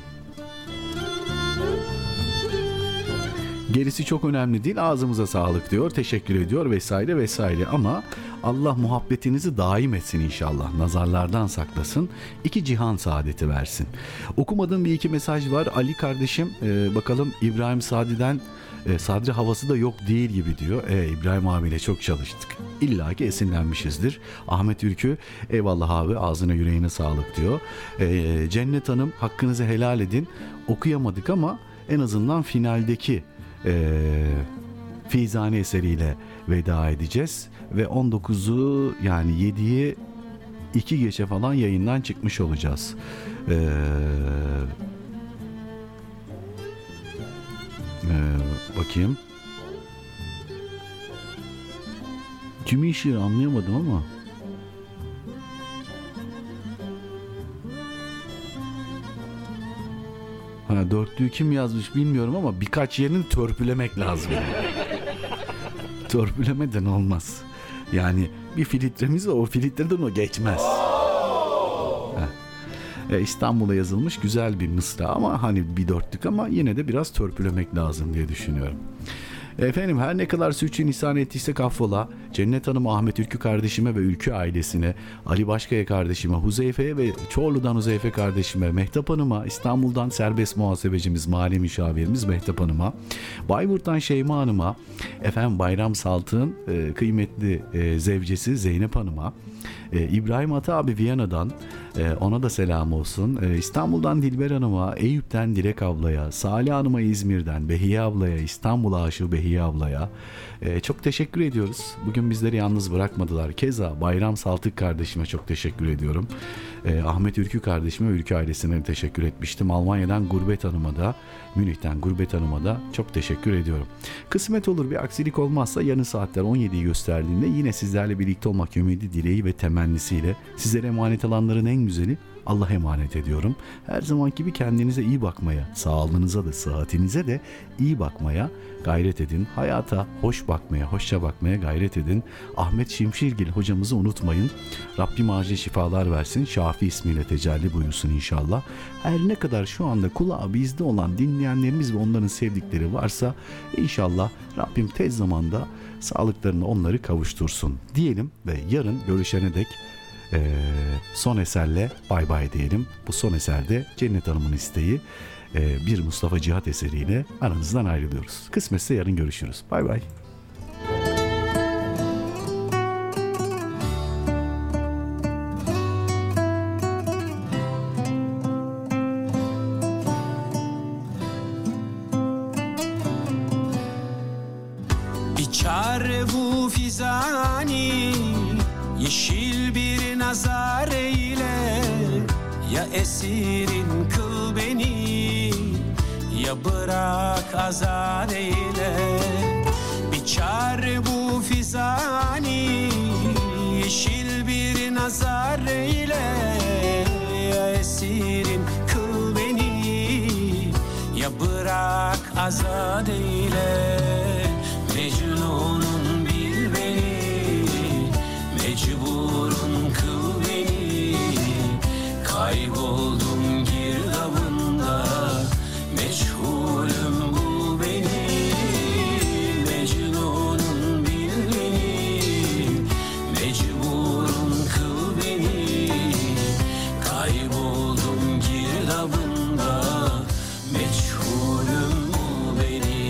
Gerisi çok önemli değil, ağzımıza sağlık diyor, teşekkür ediyor vesaire vesaire, ama Allah muhabbetinizi daim etsin inşallah, nazarlardan saklasın, iki cihan saadeti versin. Okumadığım bir iki mesaj var. Ali kardeşim bakalım İbrahim Sadi'den Sadri havası da yok değil gibi diyor. İbrahim abiyle çok çalıştık. İlla ki esinlenmişizdir. Ahmet Ülkü eyvallah abi, ağzına yüreğine sağlık diyor. Cennet Hanım hakkınızı helal edin. Okuyamadık ama en azından finaldeki Fizane eseriyle veda edeceğiz. Ve 19'u yani 7'yi 2 geçe falan yayından çıkmış olacağız. Bakayım. Kimin şiiri anlayamadım ama. Dörtlüğü kim yazmış bilmiyorum ama birkaç yerini törpülemek lazım. Törpülemeden olmaz. Yani bir filtremiz var, o filtreden o geçmez. İstanbul'a yazılmış güzel bir mısra ama hani bir dörtlük, ama yine de biraz törpülemek lazım diye düşünüyorum. Efendim her ne kadar sürçülisan ettiysek affola. Cennet Hanım, Ahmet Ülkü kardeşime ve Ülkü ailesine, Ali Başkaya kardeşime, Huzeyfe'ye ve Çorlu'dan Huzeyfe kardeşime, Mehtap Hanım'a, İstanbul'dan serbest muhasebecimiz, mali müşavirimiz Mehtap Hanım'a, Bayburt'tan Şeyma Hanım'a, efendim Bayram Saltık'ın kıymetli zevcesi Zeynep Hanım'a, İbrahim Ata abi Viyana'dan, ona da selam olsun. İstanbul'dan Dilber Hanım'a, Eyüp'ten Dilek ablaya, Salih Hanım'a İzmir'den, Behiye ablaya, İstanbul aşığı Behiye ablaya çok teşekkür ediyoruz. Bugün bizleri yalnız bırakmadılar. Keza Bayram Saltık kardeşime çok teşekkür ediyorum. Ahmet Ülkü kardeşime, Ülkü ailesine teşekkür etmiştim. Almanya'dan Gurbet Hanım'a da, Münih'ten Gurbet Hanım'a da çok teşekkür ediyorum. Kısmet olur, bir aksilik olmazsa yarın saatler 17'yi gösterdiğinde yine sizlerle birlikte olmak ümidi, dileği ve temennisiyle sizlere emanet alanların en güzeli Allah'a emanet ediyorum. Her zamanki gibi kendinize iyi bakmaya, sağlığınıza da sıhhatinize de iyi bakmaya gayret edin. Hayata hoş bakmaya, hoşça bakmaya gayret edin. Ahmet Şimşirgil hocamızı unutmayın. Rabbim acil şifalar versin. Şafi ismiyle tecelli buyursun inşallah. Her ne kadar şu anda kulağı bizde olan dinleyenlerimiz ve onların sevdikleri varsa inşallah Rabbim tez zamanda sağlıklarını onları kavuştursun diyelim ve yarın görüşene dek son eserle bay bay diyelim. Bu son eserde Cennet Hanım'ın isteği bir Mustafa Cihat eseriyle aranızdan ayrılıyoruz. Kısmetse yarın görüşürüz. Bay bay. Çare bu fizani, yeşil bir nazar eyle. Ya esirin kıl beni, ya bırak azad eyle. Bir çare bu fizani, yeşil bir nazar eyle. Ya esirin kıl beni, ya bırak azad eyle. Mecnun'un bil beni, mecburun kıl beni. Kayboldum girdabında, meçhulüm bul beni. Mecnun'un bil beni, mecburun kıl beni. Kayboldum girdabında, meçhulüm bul beni.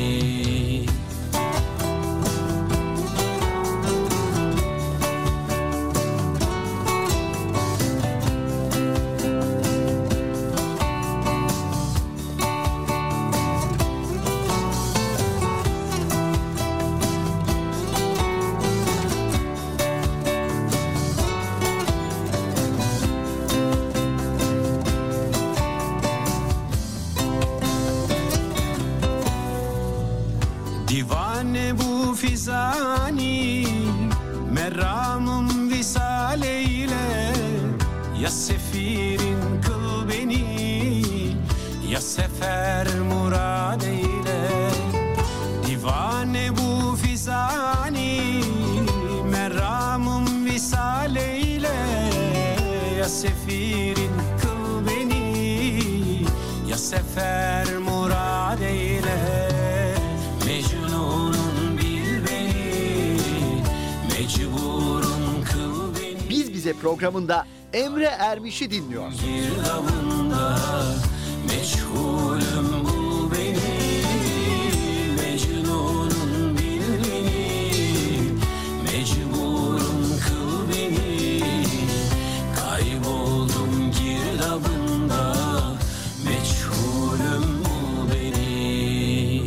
Divane bu fizani, meramım visal eyle. Ya sefirin kıl beni, ya sefer murad eyle. Divane bu fizani, meramım visal eyle. Ya sefirin kıl beni, ya sefer murad eyle. Mecnun'un bil beni, mecburun kıl beni. Biz Bize programında Emre Ermiş'i dinliyor. Girdabında meçhulüm bul beni, Mecnun'un bil beni, mecburun kıl beni. Kayboldum girdabında, meçhulüm bul beni.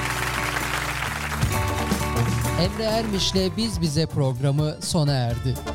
Emre Ermiş'le Biz Bize programı sona erdi.